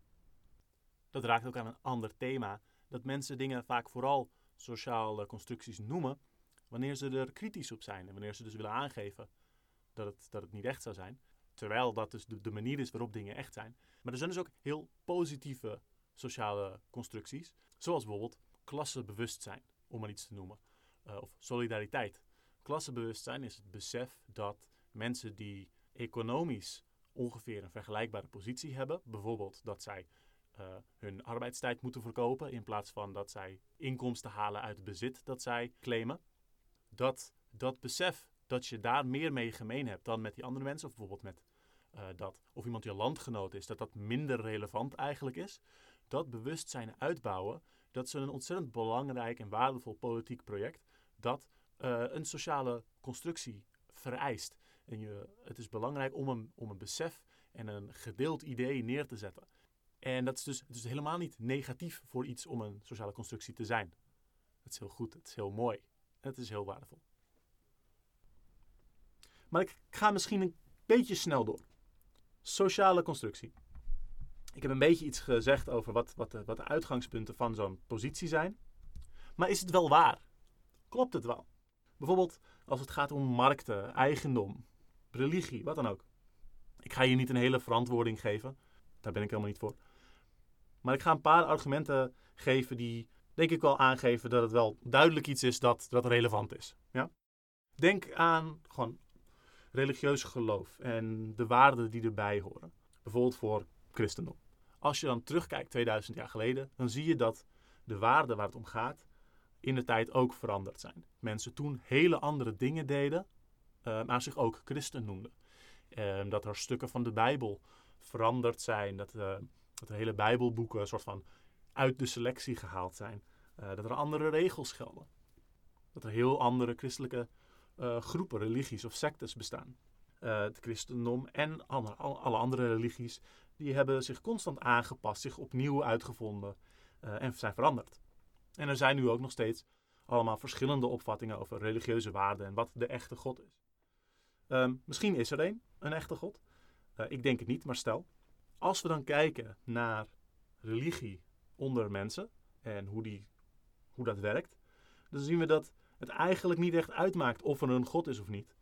Dat raakt ook aan een ander thema, dat mensen dingen vaak vooral sociale constructies noemen wanneer ze er kritisch op zijn en wanneer ze dus willen aangeven dat het niet echt zou zijn. Terwijl dat dus de manier is waarop dingen echt zijn. Maar er zijn dus ook heel positieve sociale constructies, zoals bijvoorbeeld klassebewustzijn, om maar iets te noemen, of solidariteit. Klassebewustzijn is het besef dat mensen die economisch ongeveer een vergelijkbare positie hebben, bijvoorbeeld dat zij hun arbeidstijd moeten verkopen in plaats van dat zij inkomsten halen uit het bezit dat zij claimen, dat besef dat je daar meer mee gemeen hebt dan met die andere mensen, of bijvoorbeeld met of iemand je landgenoot is, dat minder relevant eigenlijk is, dat bewustzijn uitbouwen, dat is een ontzettend belangrijk en waardevol politiek project dat een sociale constructie vereist. En het is belangrijk om een besef en een gedeeld idee neer te zetten. En dat is dus, het is helemaal niet negatief voor iets om een sociale constructie te zijn. Het is heel goed, het is heel mooi en het is heel waardevol. Maar ik ga misschien een beetje snel door. Sociale constructie. Ik heb een beetje iets gezegd over wat de uitgangspunten van zo'n positie zijn. Maar is het wel waar? Klopt het wel? Bijvoorbeeld als het gaat om markten, eigendom, religie, wat dan ook. Ik ga hier niet een hele verantwoording geven. Daar ben ik helemaal niet voor. Maar ik ga een paar argumenten geven die denk ik wel aangeven dat het wel duidelijk iets is dat relevant is. Ja? Denk aan gewoon religieus geloof en de waarden die erbij horen. Bijvoorbeeld voor christendom. Als je dan terugkijkt 2000 jaar geleden, dan zie je dat de waarden waar het om gaat in de tijd ook veranderd zijn. Mensen toen hele andere dingen deden, maar zich ook christen noemden. Dat er stukken van de Bijbel veranderd zijn, dat er hele Bijbelboeken een soort van uit de selectie gehaald zijn. Dat er andere regels gelden. Dat er heel andere christelijke groepen, religies of sectes bestaan. Het christendom en alle andere religies, die hebben zich constant aangepast, zich opnieuw uitgevonden en zijn veranderd. En er zijn nu ook nog steeds allemaal verschillende opvattingen over religieuze waarden en wat de echte God is. Misschien is er een echte God. Ik denk het niet, maar stel. Als we dan kijken naar religie onder mensen en hoe dat werkt, dan zien we dat het eigenlijk niet echt uitmaakt of er een God is of niet.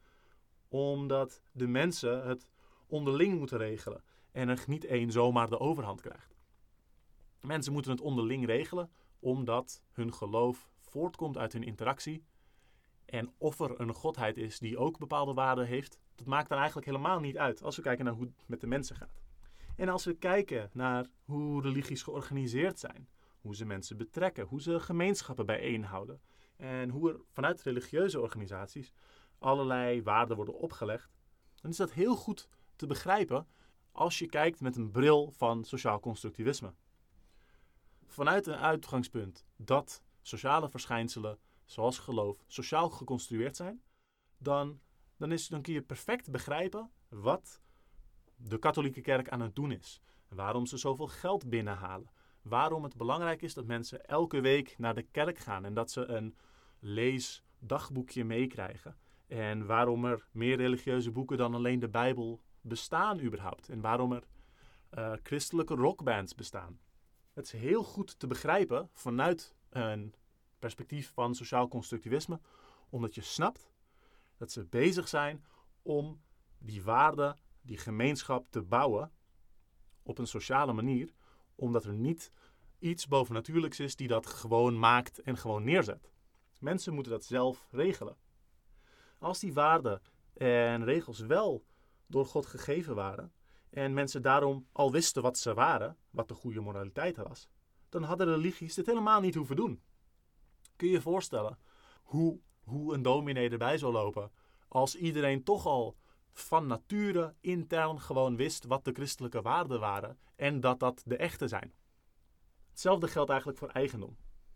Omdat de mensen het onderling moeten regelen en er niet één zomaar de overhand krijgt. Mensen moeten het onderling regelen omdat hun geloof voortkomt uit hun interactie. En of er een godheid is die ook bepaalde waarden heeft, dat maakt dan eigenlijk helemaal niet uit als we kijken naar hoe het met de mensen gaat. En als we kijken naar hoe religies georganiseerd zijn, hoe ze mensen betrekken, hoe ze gemeenschappen bijeenhouden en hoe er vanuit religieuze organisaties allerlei waarden worden opgelegd, dan is dat heel goed te begrijpen als je kijkt met een bril van sociaal constructivisme. Vanuit een uitgangspunt dat sociale verschijnselen, zoals geloof, sociaal geconstrueerd zijn, dan kun je perfect begrijpen wat de katholieke kerk aan het doen is. Waarom ze zoveel geld binnenhalen. Waarom het belangrijk is dat mensen elke week naar de kerk gaan en dat ze een leesdagboekje meekrijgen. En waarom er meer religieuze boeken dan alleen de Bijbel bestaan überhaupt. En waarom er christelijke rockbands bestaan. Het is heel goed te begrijpen vanuit een perspectief van sociaal constructivisme, omdat je snapt dat ze bezig zijn om die waarde, die gemeenschap te bouwen op een sociale manier, omdat er niet iets bovennatuurlijks is die dat gewoon maakt en gewoon neerzet. Mensen moeten dat zelf regelen. Als die waarden en regels wel door God gegeven waren en mensen daarom al wisten wat ze waren, wat de goede moraliteit was, dan hadden religies dit helemaal niet hoeven doen. Kun je je voorstellen hoe een dominee erbij zou lopen als iedereen toch al van nature intern gewoon wist wat de christelijke waarden waren en dat dat de echte zijn. Hetzelfde geldt eigenlijk voor eigendom.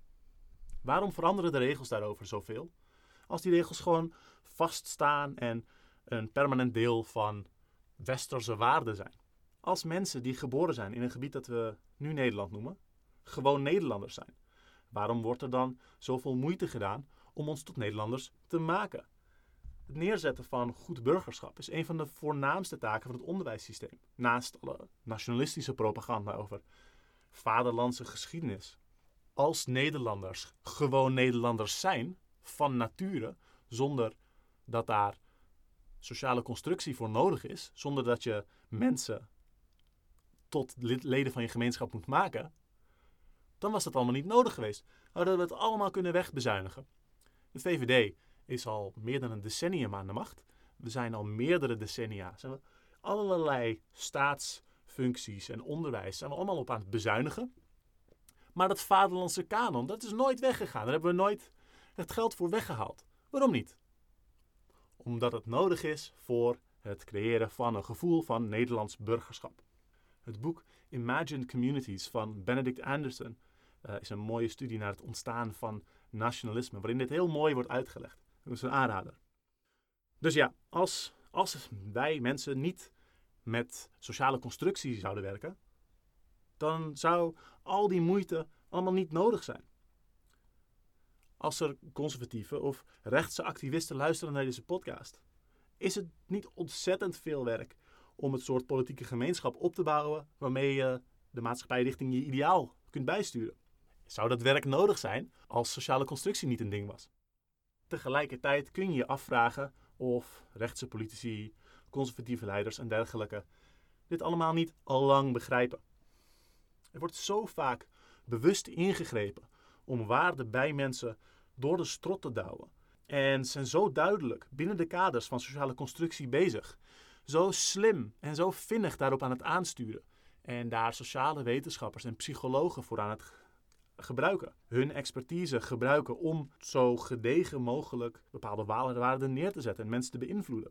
Waarom veranderen de regels daarover zoveel? Als die regels gewoon vaststaan en een permanent deel van westerse waarden zijn. Als mensen die geboren zijn in een gebied dat we nu Nederland noemen, gewoon Nederlanders zijn. Waarom wordt er dan zoveel moeite gedaan om ons tot Nederlanders te maken? Het neerzetten van goed burgerschap is een van de voornaamste taken van het onderwijssysteem. Naast alle nationalistische propaganda over vaderlandse geschiedenis. Als Nederlanders gewoon Nederlanders zijn, van nature, zonder dat daar sociale constructie voor nodig is, zonder dat je mensen tot leden van je gemeenschap moet maken, dan was dat allemaal niet nodig geweest. Hadden we het allemaal kunnen wegbezuinigen. De VVD is al meer dan een decennium aan de macht. We zijn al meerdere decennia. Zijn we allerlei staatsfuncties en onderwijs zijn we allemaal op aan het bezuinigen. Maar dat vaderlandse kanon, dat is nooit weggegaan. Daar hebben we nooit het geld voor weggehaald. Waarom niet? Omdat het nodig is voor het creëren van een gevoel van Nederlands burgerschap. Het boek Imagined Communities van Benedict Anderson is een mooie studie naar het ontstaan van nationalisme, waarin dit heel mooi wordt uitgelegd. Dat is een aanrader. Dus ja, als wij mensen niet met sociale constructie zouden werken, dan zou al die moeite allemaal niet nodig zijn. Als er conservatieve of rechtse activisten luisteren naar deze podcast, is het niet ontzettend veel werk om het soort politieke gemeenschap op te bouwen waarmee je de maatschappij richting je ideaal kunt bijsturen. Zou dat werk nodig zijn als sociale constructie niet een ding was? Tegelijkertijd kun je je afvragen of rechtse politici, conservatieve leiders en dergelijke dit allemaal niet al lang begrijpen. Er wordt zo vaak bewust ingegrepen om waarden bij mensen door de strot te douwen. En zijn zo duidelijk binnen de kaders van sociale constructie bezig. Zo slim en zo vinnig daarop aan het aansturen. En daar sociale wetenschappers en psychologen voor aan het gebruiken. Hun expertise gebruiken om zo gedegen mogelijk bepaalde waarden neer te zetten en mensen te beïnvloeden.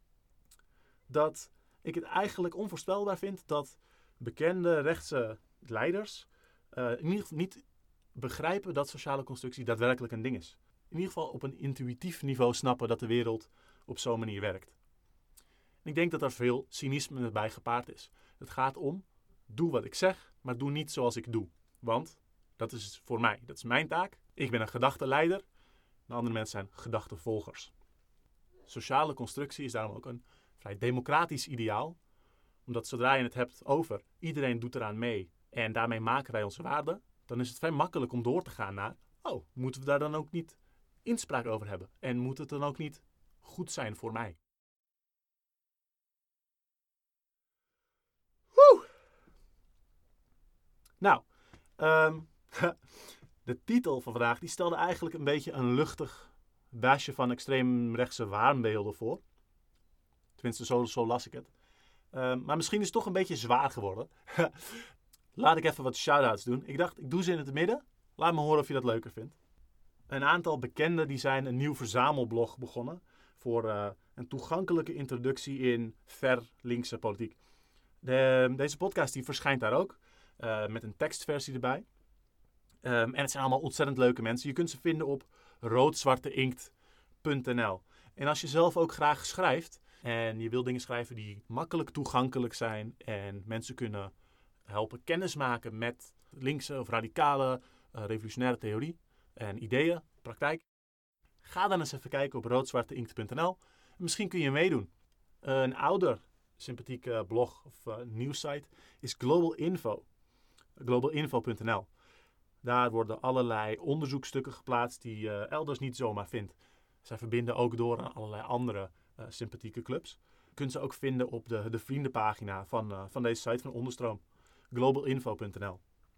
Dat ik het eigenlijk onvoorspelbaar vind dat bekende rechtse leiders in ieder geval niet begrijpen dat sociale constructie daadwerkelijk een ding is. In ieder geval op een intuïtief niveau snappen dat de wereld op zo'n manier werkt. En ik denk dat er veel cynisme bij gepaard is. Het gaat om, doe wat ik zeg, maar doe niet zoals ik doe. Want dat is voor mij, dat is mijn taak. Ik ben een gedachtenleider, de andere mensen zijn gedachtenvolgers. Sociale constructie is daarom ook een vrij democratisch ideaal. Omdat zodra je het hebt over iedereen doet eraan mee en daarmee maken wij onze waarden, dan is het vrij makkelijk om door te gaan naar, moeten we daar dan ook niet inspraak over hebben? En moet het dan ook niet goed zijn voor mij? Nou, de titel van vandaag die stelde eigenlijk een beetje een luchtig basje van extreemrechtse waanbeelden voor. Tenminste, zo las ik het. Maar misschien is het toch een beetje zwaar geworden. Laat ik even wat shout-outs doen. Ik dacht, ik doe ze in het midden. Laat me horen of je dat leuker vindt. Een aantal bekenden die zijn een nieuw verzamelblog begonnen voor een toegankelijke introductie in ver linkse politiek. Deze podcast die verschijnt daar ook. Met een tekstversie erbij. En het zijn allemaal ontzettend leuke mensen. Je kunt ze vinden op roodzwarteinkt.nl. En als je zelf ook graag schrijft en je wil dingen schrijven die makkelijk toegankelijk zijn en mensen kunnen helpen kennismaken met linkse of radicale revolutionaire theorie en ideeën, praktijk, ga dan eens even kijken op roodzwarteinkt.nl. Misschien kun je meedoen. Een ouder sympathieke blog of nieuwssite is Global Info. globalinfo.nl. Daar worden allerlei onderzoekstukken geplaatst die je elders niet zomaar vindt. Zij verbinden ook door aan allerlei andere sympathieke clubs. Je kunt ze ook vinden op de vriendenpagina van deze site van Onderstroom. globalinfo.nl.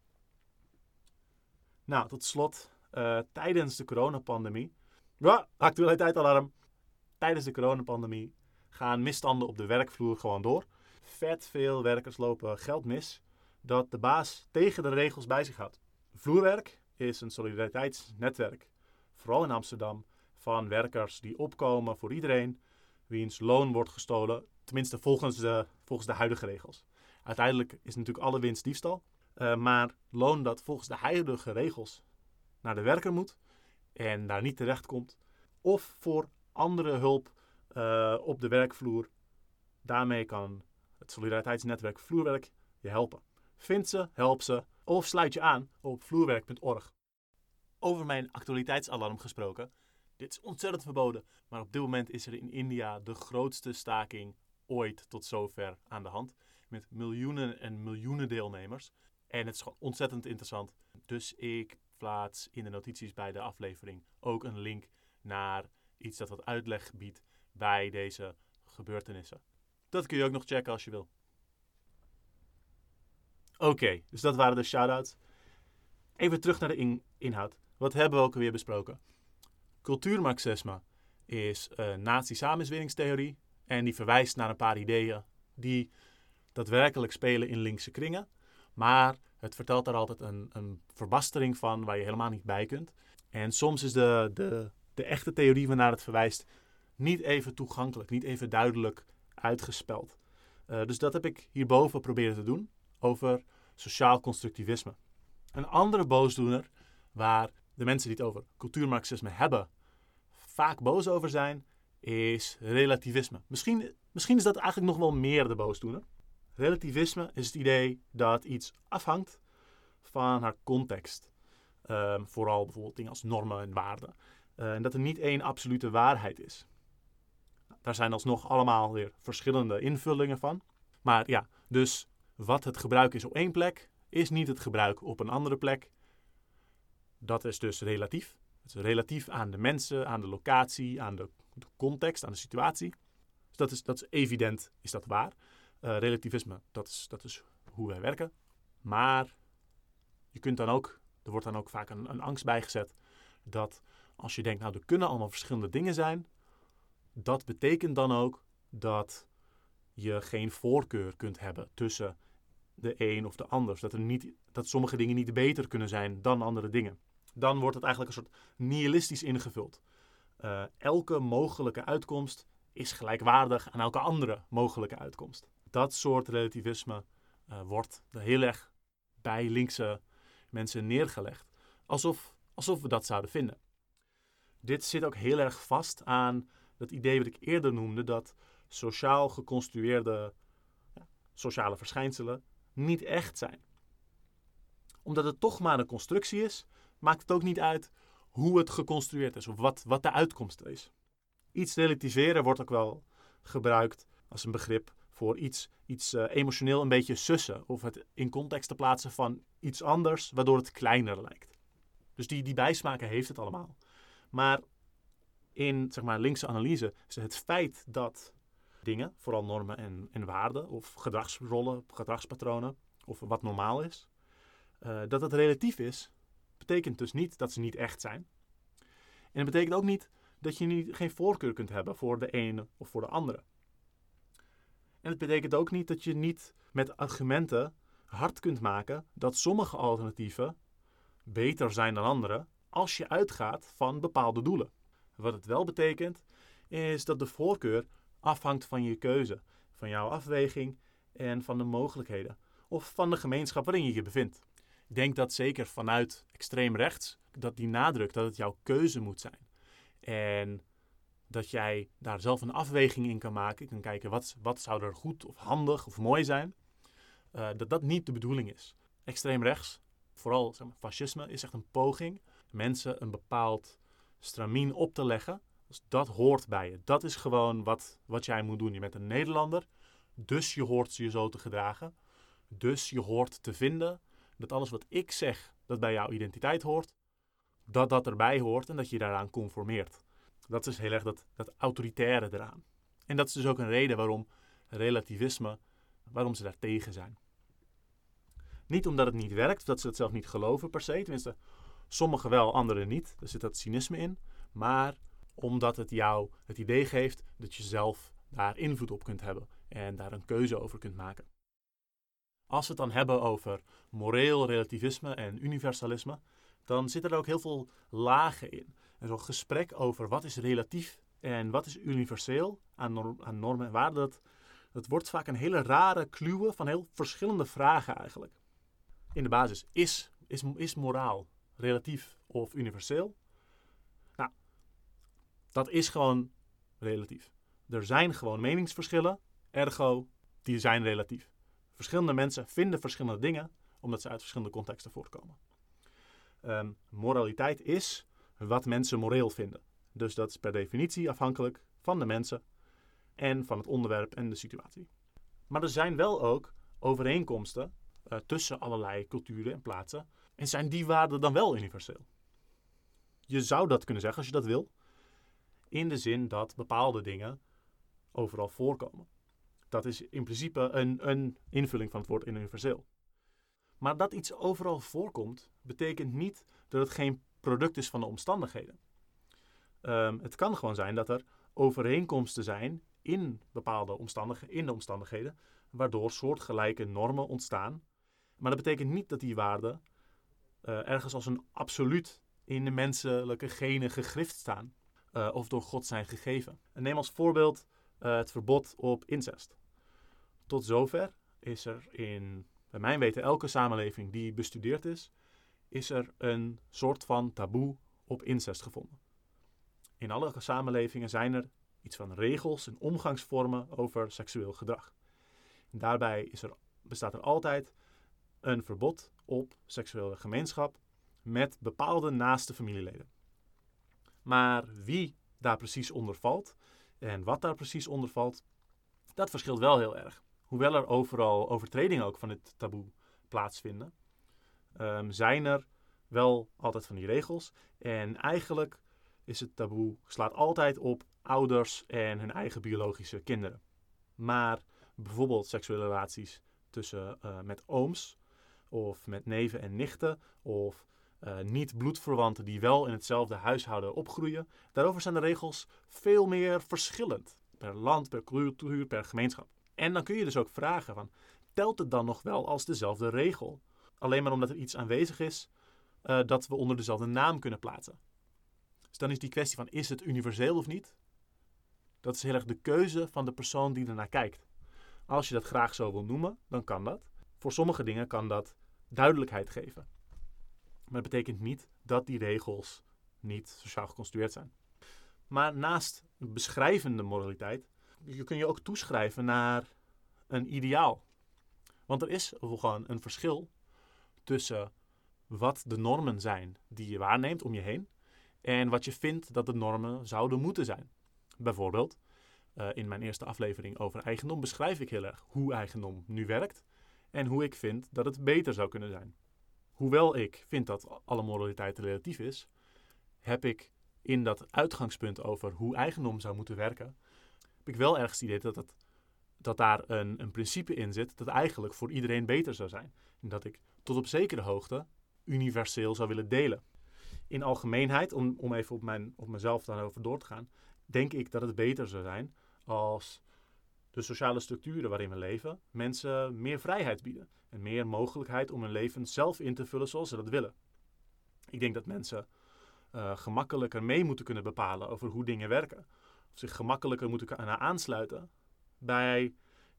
Nou, tot slot, tijdens de coronapandemie. Actualiteit-alarm. Tijdens de coronapandemie gaan misstanden op de werkvloer gewoon door. Vet veel werkers lopen geld mis dat de baas tegen de regels bij zich houdt. Vloerwerk is een solidariteitsnetwerk, vooral in Amsterdam, van werkers die opkomen voor iedereen wiens loon wordt gestolen, tenminste volgens de huidige regels. Uiteindelijk is natuurlijk alle winst diefstal, maar loon dat volgens de huidige regels naar de werker moet en daar niet terecht komt, of voor andere hulp op de werkvloer. Daarmee kan het solidariteitsnetwerk Vloerwerk je helpen. Vind ze, help ze of sluit je aan op vloerwerk.org. Over mijn actualiteitsalarm gesproken. Dit is ontzettend verboden, maar op dit moment is er in India de grootste staking ooit tot zover aan de hand. Met miljoenen en miljoenen deelnemers. En het is gewoon ontzettend interessant. Dus ik plaats in de notities bij de aflevering ook een link naar iets dat wat uitleg biedt bij deze gebeurtenissen. Dat kun je ook nog checken als je wil. Oké, dus dat waren de shout-outs. Even terug naar de inhoud. Wat hebben we ook alweer besproken? Cultuurmarxisme is een nazi-samenzweringstheorie en die verwijst naar een paar ideeën die daadwerkelijk spelen in linkse kringen. Maar het vertelt daar altijd een verbastering van waar je helemaal niet bij kunt. En soms is de echte theorie waarnaar het verwijst niet even toegankelijk, niet even duidelijk uitgespeld. Dus dat heb ik hierboven proberen te doen over sociaal constructivisme. Een andere boosdoener waar de mensen die het over cultuurmarxisme hebben vaak boos over zijn, is relativisme. Misschien is dat eigenlijk nog wel meer de boosdoener. Relativisme is het idee dat iets afhangt van haar context. Vooral bijvoorbeeld dingen als normen en waarden. En dat er niet één absolute waarheid is. Daar zijn alsnog allemaal weer verschillende invullingen van. Maar ja, dus wat het gebruik is op één plek, is niet het gebruik op een andere plek. Dat is dus relatief. Het is relatief aan de mensen, aan de locatie, aan de context, aan de situatie. Dus dat is evident, is dat waar. Relativisme, dat is hoe wij werken. Maar je kunt dan ook, er wordt dan ook vaak een angst bijgezet dat als je denkt, nou er kunnen allemaal verschillende dingen zijn, dat betekent dan ook dat je geen voorkeur kunt hebben tussen de een of de ander. Dat sommige dingen niet beter kunnen zijn dan andere dingen. Dan wordt het eigenlijk een soort nihilistisch ingevuld. Elke mogelijke uitkomst is gelijkwaardig aan elke andere mogelijke uitkomst. Dat soort relativisme wordt heel erg bij linkse mensen neergelegd. Alsof we dat zouden vinden. Dit zit ook heel erg vast aan dat idee wat ik eerder noemde, dat sociaal geconstrueerde sociale verschijnselen niet echt zijn. Omdat het toch maar een constructie is, maakt het ook niet uit hoe het geconstrueerd is of wat de uitkomst is. Iets relativeren wordt ook wel gebruikt als een begrip voor iets emotioneel een beetje sussen of het in context te plaatsen van iets anders, waardoor het kleiner lijkt. Dus die bijsmaken heeft het allemaal. Maar in linkse analyse is het feit dat dingen, vooral normen en waarden of gedragsrollen, gedragspatronen of wat normaal is, dat het relatief is, betekent dus niet dat ze niet echt zijn. En het betekent ook niet dat je geen voorkeur kunt hebben voor de ene of voor de andere. En het betekent ook niet dat je niet met argumenten hard kunt maken dat sommige alternatieven beter zijn dan andere als je uitgaat van bepaalde doelen. Wat het wel betekent is dat de voorkeur afhangt van je keuze, van jouw afweging en van de mogelijkheden of van de gemeenschap waarin je je bevindt. Ik denk dat zeker vanuit extreem rechts dat die nadruk dat het jouw keuze moet zijn en dat jij daar zelf een afweging in kan maken. Je kan kijken wat zou er goed of handig of mooi zijn. Dat niet de bedoeling is. Extreem rechts, vooral zeg maar, fascisme, is echt een poging mensen een bepaald stramien op te leggen. Dus dat hoort bij je. Dat is gewoon wat jij moet doen. Je bent een Nederlander, dus je hoort je zo te gedragen. Dus je hoort te vinden dat alles wat ik zeg dat bij jouw identiteit hoort, dat erbij hoort en dat je daaraan conformeert. Dat is heel erg dat autoritaire eraan. En dat is dus ook een reden waarom relativisme, waarom ze daar tegen zijn. Niet omdat het niet werkt, of dat ze het zelf niet geloven per se. Tenminste, sommigen wel, anderen niet. Er zit dat cynisme in. Maar omdat het jou het idee geeft dat je zelf daar invloed op kunt hebben. En daar een keuze over kunt maken. Als we het dan hebben over moreel relativisme en universalisme, dan zitten er ook heel veel lagen in. En zo'n gesprek over wat is relatief en wat is universeel aan normen en waarden, dat wordt vaak een hele rare kluwe van heel verschillende vragen eigenlijk. In de basis, is moraal relatief of universeel? Nou, dat is gewoon relatief. Er zijn gewoon meningsverschillen, ergo, die zijn relatief. Verschillende mensen vinden verschillende dingen, omdat ze uit verschillende contexten voortkomen. Moraliteit is wat mensen moreel vinden. Dus dat is per definitie afhankelijk van de mensen en van het onderwerp en de situatie. Maar er zijn wel ook overeenkomsten tussen allerlei culturen en plaatsen. En zijn die waarden dan wel universeel? Je zou dat kunnen zeggen als je dat wil. In de zin dat bepaalde dingen overal voorkomen. Dat is in principe een invulling van het woord universeel. Maar dat iets overal voorkomt, betekent niet dat het geen product is van de omstandigheden. Het kan gewoon zijn dat er overeenkomsten zijn in bepaalde omstandigheden, waardoor soortgelijke normen ontstaan. Maar dat betekent niet dat die waarden ergens als een absoluut in de menselijke genen gegrift staan of door God zijn gegeven. En neem als voorbeeld het verbod op incest. Tot zover is er bij mijn weten, elke samenleving die bestudeerd is er een soort van taboe op incest gevonden. In alle samenlevingen zijn er iets van regels en omgangsvormen over seksueel gedrag. En daarbij bestaat er altijd een verbod op seksuele gemeenschap met bepaalde naaste familieleden. Maar wie daar precies onder valt en wat daar precies onder valt, dat verschilt wel heel erg. Hoewel er overal overtredingen ook van het taboe plaatsvinden, zijn er wel altijd van die regels. En eigenlijk is het taboe slaat altijd op ouders en hun eigen biologische kinderen. Maar bijvoorbeeld seksuele relaties met ooms of met neven en nichten of niet bloedverwanten die wel in hetzelfde huishouden opgroeien. Daarover zijn de regels veel meer verschillend. Per land, per cultuur, per gemeenschap. En dan kun je dus ook vragen van, telt het dan nog wel als dezelfde regel? Alleen maar omdat er iets aanwezig is dat we onder dezelfde naam kunnen plaatsen. Dus dan is die kwestie van, is het universeel of niet? Dat is heel erg de keuze van de persoon die ernaar kijkt. Als je dat graag zo wil noemen, dan kan dat. Voor sommige dingen kan dat duidelijkheid geven. Maar dat betekent niet dat die regels niet sociaal geconstrueerd zijn. Maar naast beschrijvende moraliteit kun je ook toeschrijven naar een ideaal. Want er is gewoon een verschil tussen wat de normen zijn die je waarneemt om je heen en wat je vindt dat de normen zouden moeten zijn. Bijvoorbeeld, in mijn eerste aflevering over eigendom beschrijf ik heel erg hoe eigendom nu werkt en hoe ik vind dat het beter zou kunnen zijn. Hoewel ik vind dat alle moraliteit relatief is, heb ik in dat uitgangspunt over hoe eigendom zou moeten werken, heb ik wel ergens het idee dat daar een principe in zit dat eigenlijk voor iedereen beter zou zijn. En dat ik tot op zekere hoogte universeel zou willen delen. In algemeenheid, om even op mezelf daarover door te gaan, denk ik dat het beter zou zijn als de sociale structuren waarin we leven mensen meer vrijheid bieden. En meer mogelijkheid om hun leven zelf in te vullen zoals ze dat willen. Ik denk dat mensen gemakkelijker mee moeten kunnen bepalen over hoe dingen werken. Of zich gemakkelijker moeten aansluiten bij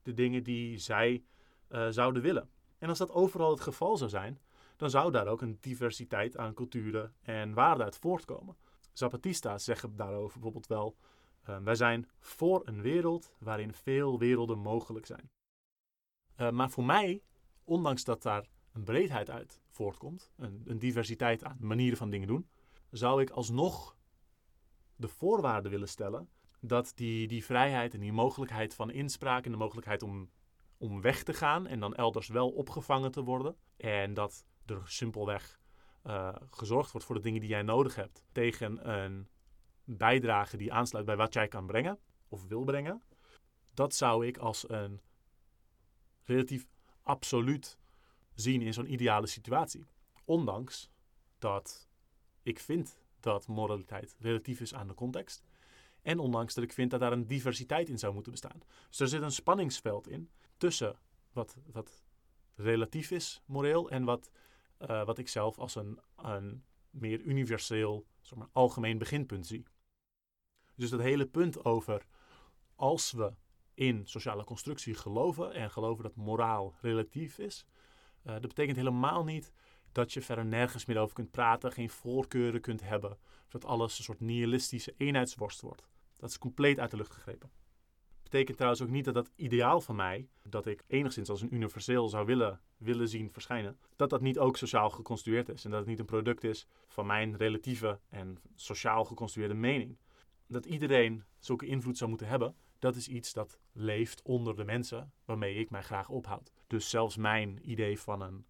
de dingen die zij zouden willen. En als dat overal het geval zou zijn, dan zou daar ook een diversiteit aan culturen en waarden uit voortkomen. Zapatistas zeggen daarover bijvoorbeeld wel: wij zijn voor een wereld waarin veel werelden mogelijk zijn. Maar voor mij, ondanks dat daar een breedheid uit voortkomt, een diversiteit aan manieren van dingen doen, zou ik alsnog de voorwaarden willen stellen dat die vrijheid en die mogelijkheid van inspraak en de mogelijkheid om weg te gaan en dan elders wel opgevangen te worden en dat er simpelweg gezorgd wordt voor de dingen die jij nodig hebt tegen een bijdrage die aansluit bij wat jij kan brengen of wil brengen. Dat zou ik als een relatief absoluut zien in zo'n ideale situatie. Ondanks dat ik vind dat moraliteit relatief is aan de context. En ondanks dat ik vind dat daar een diversiteit in zou moeten bestaan. Dus er zit een spanningsveld in tussen wat relatief is moreel en wat ik zelf als een meer universeel, zeg maar, algemeen beginpunt zie. Dus dat hele punt over als we in sociale constructie geloven en geloven dat moraal relatief is, dat betekent helemaal niet dat je verder nergens meer over kunt praten, geen voorkeuren kunt hebben, dat alles een soort nihilistische eenheidsworst wordt. Dat is compleet uit de lucht gegrepen. Betekent trouwens ook niet dat dat ideaal van mij, dat ik enigszins als een universeel zou willen zien verschijnen, dat niet ook sociaal geconstrueerd is en dat het niet een product is van mijn relatieve en sociaal geconstrueerde mening. Dat iedereen zulke invloed zou moeten hebben, dat is iets dat leeft onder de mensen waarmee ik mij graag ophoud. Dus zelfs mijn idee van een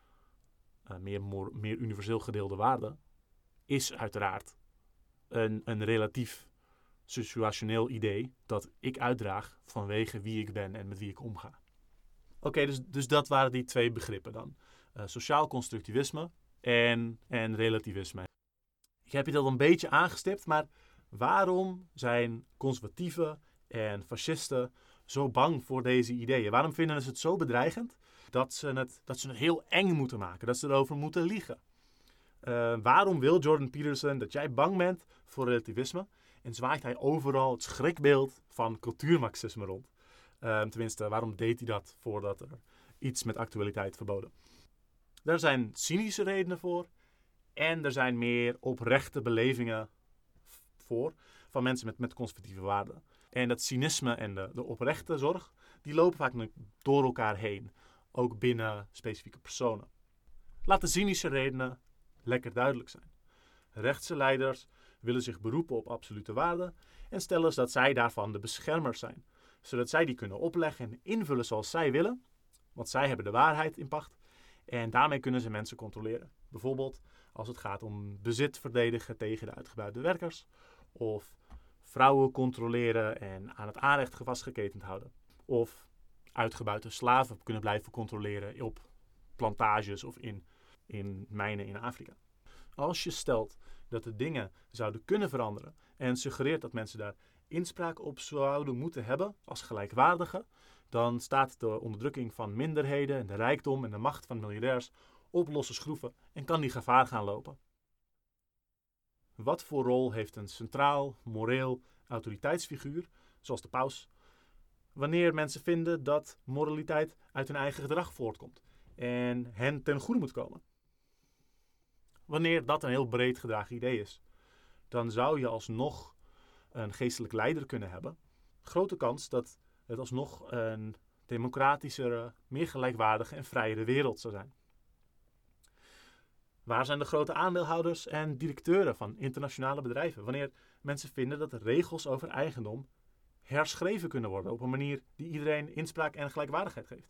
meer universeel gedeelde waarde is uiteraard een relatief situationeel idee dat ik uitdraag vanwege wie ik ben en met wie ik omga. Oké, dus dat waren die twee begrippen dan. Sociaal constructivisme en relativisme. Ik heb je dat een beetje aangestipt, maar waarom zijn conservatieven en fascisten zo bang voor deze ideeën? Waarom vinden ze het zo bedreigend dat ze het heel eng moeten maken, dat ze erover moeten liegen? Waarom wil Jordan Peterson dat jij bang bent voor relativisme en zwaait hij overal het schrikbeeld van cultuurmarxisme rond? Tenminste, waarom deed hij dat voordat er iets met actualiteit verboden? Er zijn cynische redenen voor en er zijn meer oprechte belevingen voor van mensen met conservatieve waarden. En dat cynisme en de oprechte zorg, die lopen vaak door elkaar heen, ook binnen specifieke personen. Laat de cynische redenen lekker duidelijk zijn. Rechtse leiders willen zich beroepen op absolute waarden en stellen dat zij daarvan de beschermers zijn, zodat zij die kunnen opleggen en invullen zoals zij willen, want zij hebben de waarheid in pacht en daarmee kunnen ze mensen controleren. Bijvoorbeeld als het gaat om bezit verdedigen tegen de uitgebuite werkers of vrouwen controleren en aan het aanrecht vastgeketend houden. Of uitgebuite slaven kunnen blijven controleren op plantages of in mijnen in Afrika. Als je stelt dat de dingen zouden kunnen veranderen en suggereert dat mensen daar inspraak op zouden moeten hebben als gelijkwaardige, dan staat de onderdrukking van minderheden en de rijkdom en de macht van miljardairs op losse schroeven en kan die gevaar gaan lopen. Wat voor rol heeft een centraal, moreel autoriteitsfiguur, zoals de paus, wanneer mensen vinden dat moraliteit uit hun eigen gedrag voortkomt en hen ten goede moet komen? Wanneer dat een heel breed gedragen idee is, dan zou je alsnog een geestelijk leider kunnen hebben. Grote kans dat het alsnog een democratischere, meer gelijkwaardige en vrijere wereld zou zijn. Waar zijn de grote aandeelhouders en directeuren van internationale bedrijven? Wanneer mensen vinden dat de regels over eigendom herschreven kunnen worden op een manier die iedereen inspraak en gelijkwaardigheid geeft.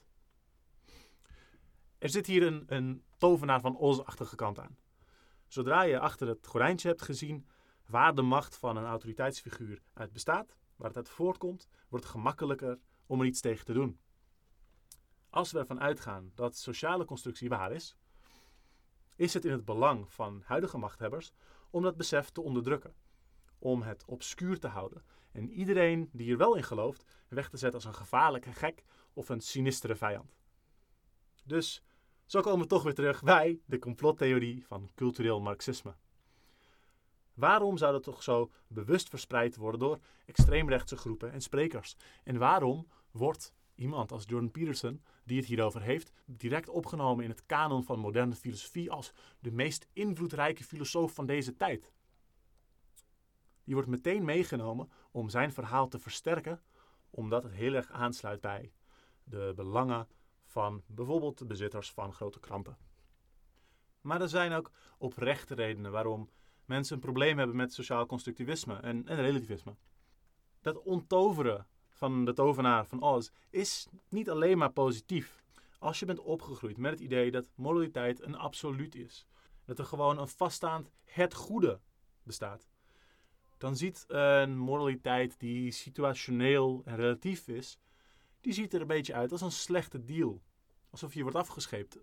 Er zit hier een tovenaar van Oz-achtige kant aan. Zodra je achter het gordijntje hebt gezien waar de macht van een autoriteitsfiguur uit bestaat, waar het uit voortkomt, wordt het gemakkelijker om er iets tegen te doen. Als we ervan uitgaan dat sociale constructie waar is het in het belang van huidige machthebbers om dat besef te onderdrukken, om het obscuur te houden en iedereen die er wel in gelooft weg te zetten als een gevaarlijke gek of een sinistere vijand. Dus zo komen we toch weer terug bij de complottheorie van cultureel marxisme. Waarom zou dat toch zo bewust verspreid worden door extreemrechtse groepen en sprekers? En waarom wordt iemand als Jordan Peterson, die het hierover heeft, direct opgenomen in het kanon van moderne filosofie als de meest invloedrijke filosoof van deze tijd. Die wordt meteen meegenomen om zijn verhaal te versterken, omdat het heel erg aansluit bij de belangen van bijvoorbeeld de bezitters van grote kranten. Maar er zijn ook oprechte redenen waarom mensen een probleem hebben met sociaal constructivisme en relativisme. Dat onttoveren van de tovenaar van Oz is niet alleen maar positief. Als je bent opgegroeid met het idee dat moraliteit een absoluut is, dat er gewoon een vaststaand het goede bestaat, dan ziet een moraliteit die situationeel en relatief is, die ziet er een beetje uit als een slechte deal. Alsof je wordt afgescheept.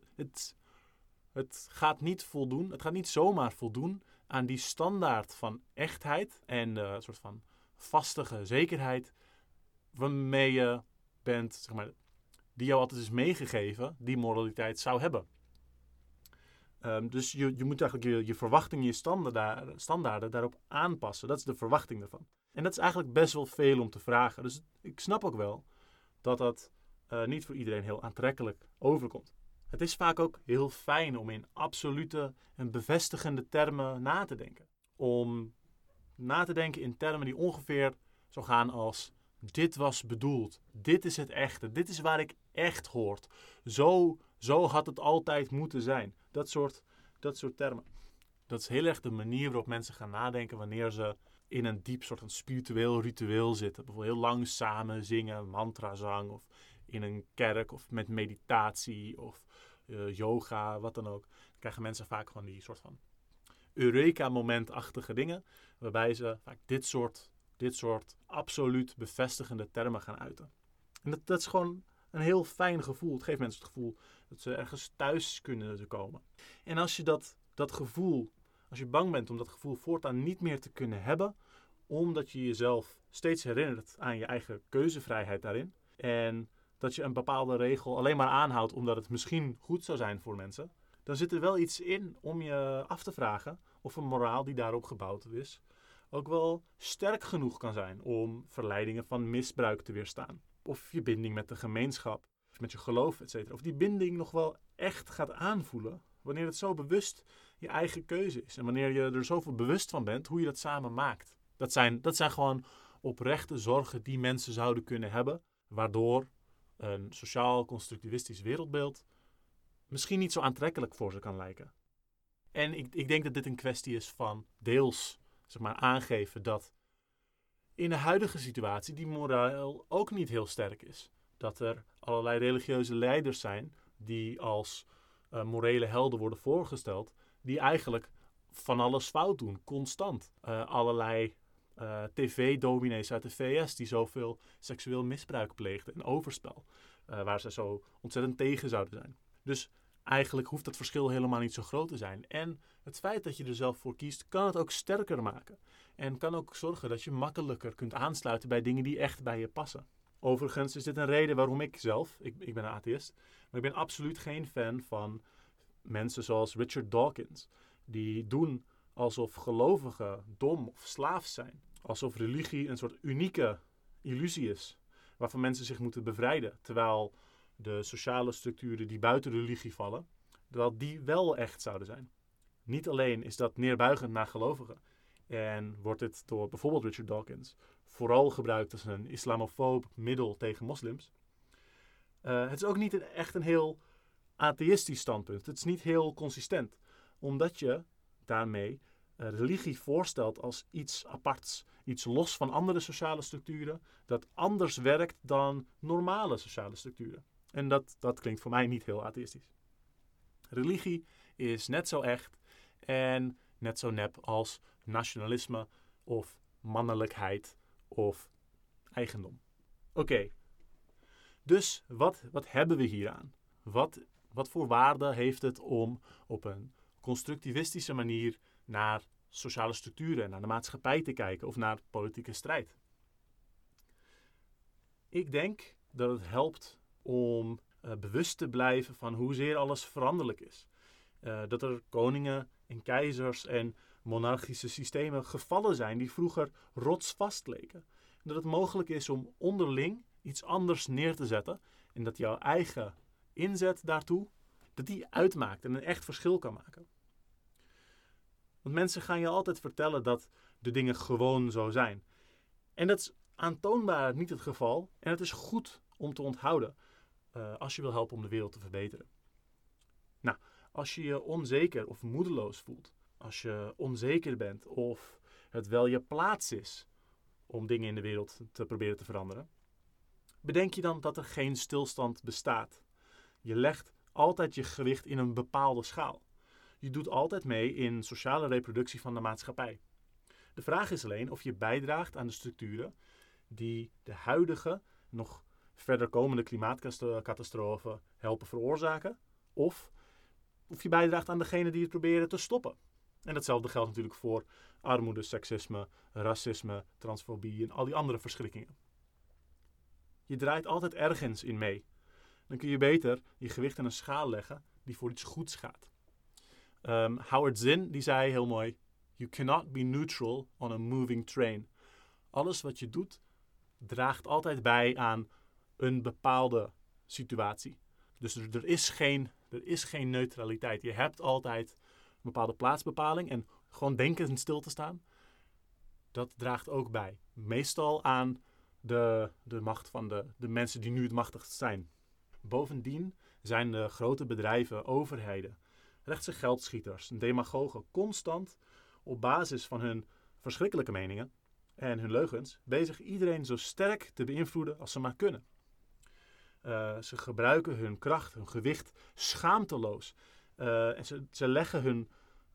Het gaat niet voldoen, het gaat niet zomaar voldoen aan die standaard van echtheid en een soort van vastige zekerheid waarmee je bent, zeg maar, die jou altijd is meegegeven, die moraliteit zou hebben. Dus je moet eigenlijk je verwachtingen, je standaarden daarop aanpassen. Dat is de verwachting daarvan. En dat is eigenlijk best wel veel om te vragen. Dus ik snap ook wel dat dat niet voor iedereen heel aantrekkelijk overkomt. Het is vaak ook heel fijn om in absolute en bevestigende termen na te denken. Om na te denken in termen die ongeveer zo gaan als: dit was bedoeld, dit is het echte, dit is waar ik echt hoort. Zo had het altijd moeten zijn. Dat soort termen. Dat is heel erg de manier waarop mensen gaan nadenken wanneer ze in een diep soort van spiritueel ritueel zitten. Bijvoorbeeld heel lang samen zingen, mantrazang, of in een kerk, of met meditatie, of yoga, wat dan ook. Dan krijgen mensen vaak gewoon die soort van Eureka-momentachtige dingen, waarbij ze vaak dit soort absoluut bevestigende termen gaan uiten. En dat is gewoon een heel fijn gevoel. Het geeft mensen het gevoel dat ze ergens thuis kunnen komen. En als je dat gevoel, als je bang bent om dat gevoel voortaan niet meer te kunnen hebben, omdat je jezelf steeds herinnert aan je eigen keuzevrijheid daarin, en dat je een bepaalde regel alleen maar aanhoudt omdat het misschien goed zou zijn voor mensen, dan zit er wel iets in om je af te vragen of een moraal die daarop gebouwd is ook wel sterk genoeg kan zijn om verleidingen van misbruik te weerstaan. Of je binding met de gemeenschap, of met je geloof, etc. Of die binding nog wel echt gaat aanvoelen wanneer het zo bewust je eigen keuze is. En wanneer je er zoveel bewust van bent hoe je dat samen maakt. Dat zijn gewoon oprechte zorgen die mensen zouden kunnen hebben, waardoor een sociaal constructivistisch wereldbeeld misschien niet zo aantrekkelijk voor ze kan lijken. En ik denk dat dit een kwestie is van deels, zeg maar, aangeven dat in de huidige situatie die moraal ook niet heel sterk is. Dat er allerlei religieuze leiders zijn die als morele helden worden voorgesteld, die eigenlijk van alles fout doen, constant. Allerlei tv-dominees uit de VS die zoveel seksueel misbruik pleegden en overspel, waar ze zo ontzettend tegen zouden zijn. Dus eigenlijk hoeft dat verschil helemaal niet zo groot te zijn. En het feit dat je er zelf voor kiest, kan het ook sterker maken. En kan ook zorgen dat je makkelijker kunt aansluiten bij dingen die echt bij je passen. Overigens is dit een reden waarom ik zelf, ik ben een atheïst, maar ik ben absoluut geen fan van mensen zoals Richard Dawkins. Die doen alsof gelovigen dom of slaafs zijn. Alsof religie een soort unieke illusie is, waarvan mensen zich moeten bevrijden. Terwijl de sociale structuren die buiten religie vallen, terwijl die wel echt zouden zijn. Niet alleen is dat neerbuigend naar gelovigen en wordt dit door bijvoorbeeld Richard Dawkins vooral gebruikt als een islamofoob middel tegen moslims. Het is ook niet echt een heel atheïstisch standpunt. Het is niet heel consistent, omdat je daarmee religie voorstelt als iets aparts, iets los van andere sociale structuren, dat anders werkt dan normale sociale structuren. En dat klinkt voor mij niet heel atheïstisch. Religie is net zo echt en net zo nep als nationalisme of mannelijkheid of eigendom. Oké, dus wat hebben we hieraan? Wat voor waarde heeft het om op een constructivistische manier naar sociale structuren, naar de maatschappij te kijken of naar politieke strijd? Ik denk dat het helpt om bewust te blijven van hoezeer alles veranderlijk is. Dat er koningen en keizers en monarchische systemen gevallen zijn die vroeger rotsvast leken. En dat het mogelijk is om onderling iets anders neer te zetten. En dat jouw eigen inzet daartoe, dat die uitmaakt en een echt verschil kan maken. Want mensen gaan je altijd vertellen dat de dingen gewoon zo zijn. En dat is aantoonbaar niet het geval. En het is goed om te onthouden als je wil helpen om de wereld te verbeteren. Nou, als je je onzeker of moedeloos voelt, als je onzeker bent of het wel je plaats is om dingen in de wereld te proberen te veranderen, bedenk je dan dat er geen stilstand bestaat. Je legt altijd je gewicht in een bepaalde schaal. Je doet altijd mee in sociale reproductie van de maatschappij. De vraag is alleen of je bijdraagt aan de structuren die de huidige, nog verder komende klimaatcatastrofen helpen veroorzaken, of je bijdraagt aan degene die het proberen te stoppen. En datzelfde geldt natuurlijk voor armoede, seksisme, racisme, transfobie en al die andere verschrikkingen. Je draait altijd ergens in mee. Dan kun je beter je gewicht in een schaal leggen die voor iets goeds gaat. Howard Zinn die zei heel mooi: You cannot be neutral on a moving train. Alles wat je doet draagt altijd bij aan een bepaalde situatie. Dus er is geen neutraliteit. Je hebt altijd een bepaalde plaatsbepaling en gewoon denken en stil te staan, dat draagt ook bij. Meestal aan de macht van de mensen die nu het machtigst zijn. Bovendien zijn de grote bedrijven, overheden, rechtse geldschieters en demagogen constant op basis van hun verschrikkelijke meningen en hun leugens bezig iedereen zo sterk te beïnvloeden als ze maar kunnen. Ze gebruiken hun kracht, hun gewicht schaamteloos. En ze leggen hun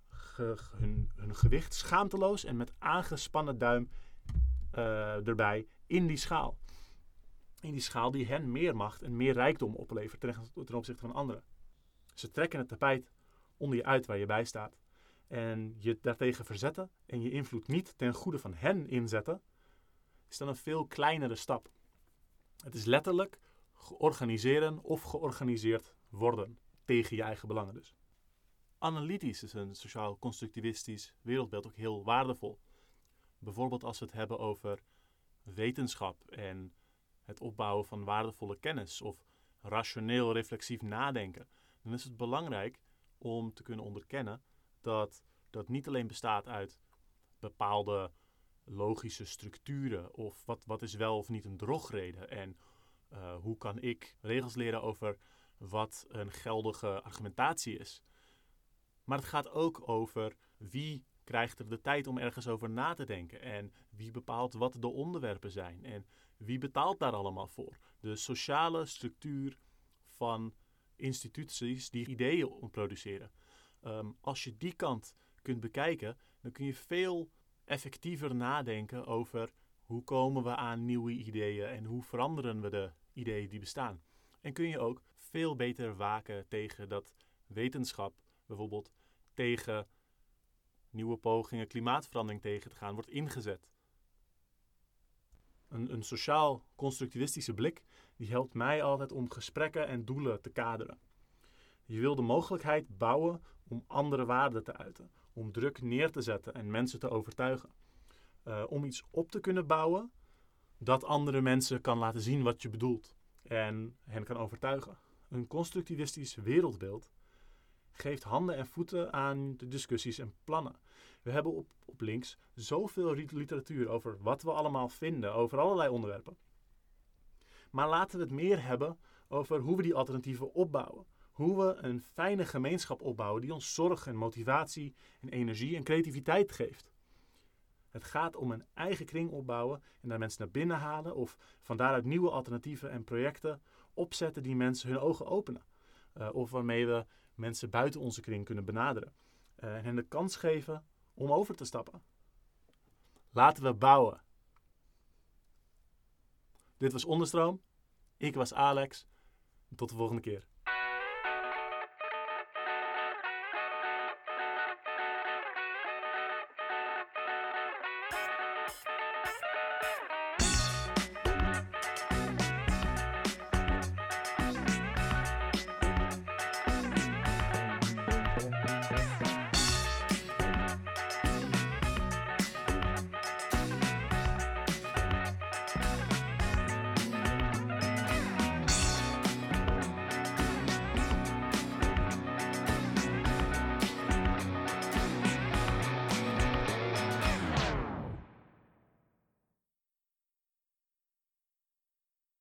gewicht schaamteloos en met aangespannen duim erbij in die schaal. In die schaal die hen meer macht en meer rijkdom oplevert ten opzichte van anderen. Ze trekken het tapijt onder je uit waar je bij staat. En je daartegen verzetten en je invloed niet ten goede van hen inzetten, is dan een veel kleinere stap. Het is letterlijk organiseren of georganiseerd worden tegen je eigen belangen dus. Analytisch is een sociaal-constructivistisch wereldbeeld ook heel waardevol. Bijvoorbeeld als we het hebben over wetenschap en het opbouwen van waardevolle kennis of rationeel reflexief nadenken, dan is het belangrijk om te kunnen onderkennen dat dat niet alleen bestaat uit bepaalde logische structuren of wat is wel of niet een drogreden en hoe kan ik regels leren over wat een geldige argumentatie is. Maar het gaat ook over wie krijgt er de tijd om ergens over na te denken en wie bepaalt wat de onderwerpen zijn en wie betaalt daar allemaal voor. De sociale structuur van instituties die ideeën produceren. Als je die kant kunt bekijken, dan kun je veel effectiever nadenken over hoe komen we aan nieuwe ideeën en hoe veranderen we de ideeën die bestaan. En kun je ook veel beter waken tegen dat wetenschap bijvoorbeeld tegen nieuwe pogingen klimaatverandering tegen te gaan wordt ingezet. Een sociaal-constructivistische blik die helpt mij altijd om gesprekken en doelen te kaderen. Je wil de mogelijkheid bouwen om andere waarden te uiten, om druk neer te zetten en mensen te overtuigen. Om iets op te kunnen bouwen dat andere mensen kan laten zien wat je bedoelt en hen kan overtuigen. Een constructivistisch wereldbeeld geeft handen en voeten aan de discussies en plannen. We hebben op links zoveel literatuur over wat we allemaal vinden over allerlei onderwerpen. Maar laten we het meer hebben over hoe we die alternatieven opbouwen. Hoe we een fijne gemeenschap opbouwen die ons zorg en motivatie en energie en creativiteit geeft. Het gaat om een eigen kring opbouwen en daar mensen naar binnen halen of van daaruit nieuwe alternatieven en projecten opzetten die mensen hun ogen openen. Of waarmee we mensen buiten onze kring kunnen benaderen. En hen de kans geven om over te stappen. Laten we bouwen. Dit was Onderstroom. Ik was Alex. Tot de volgende keer.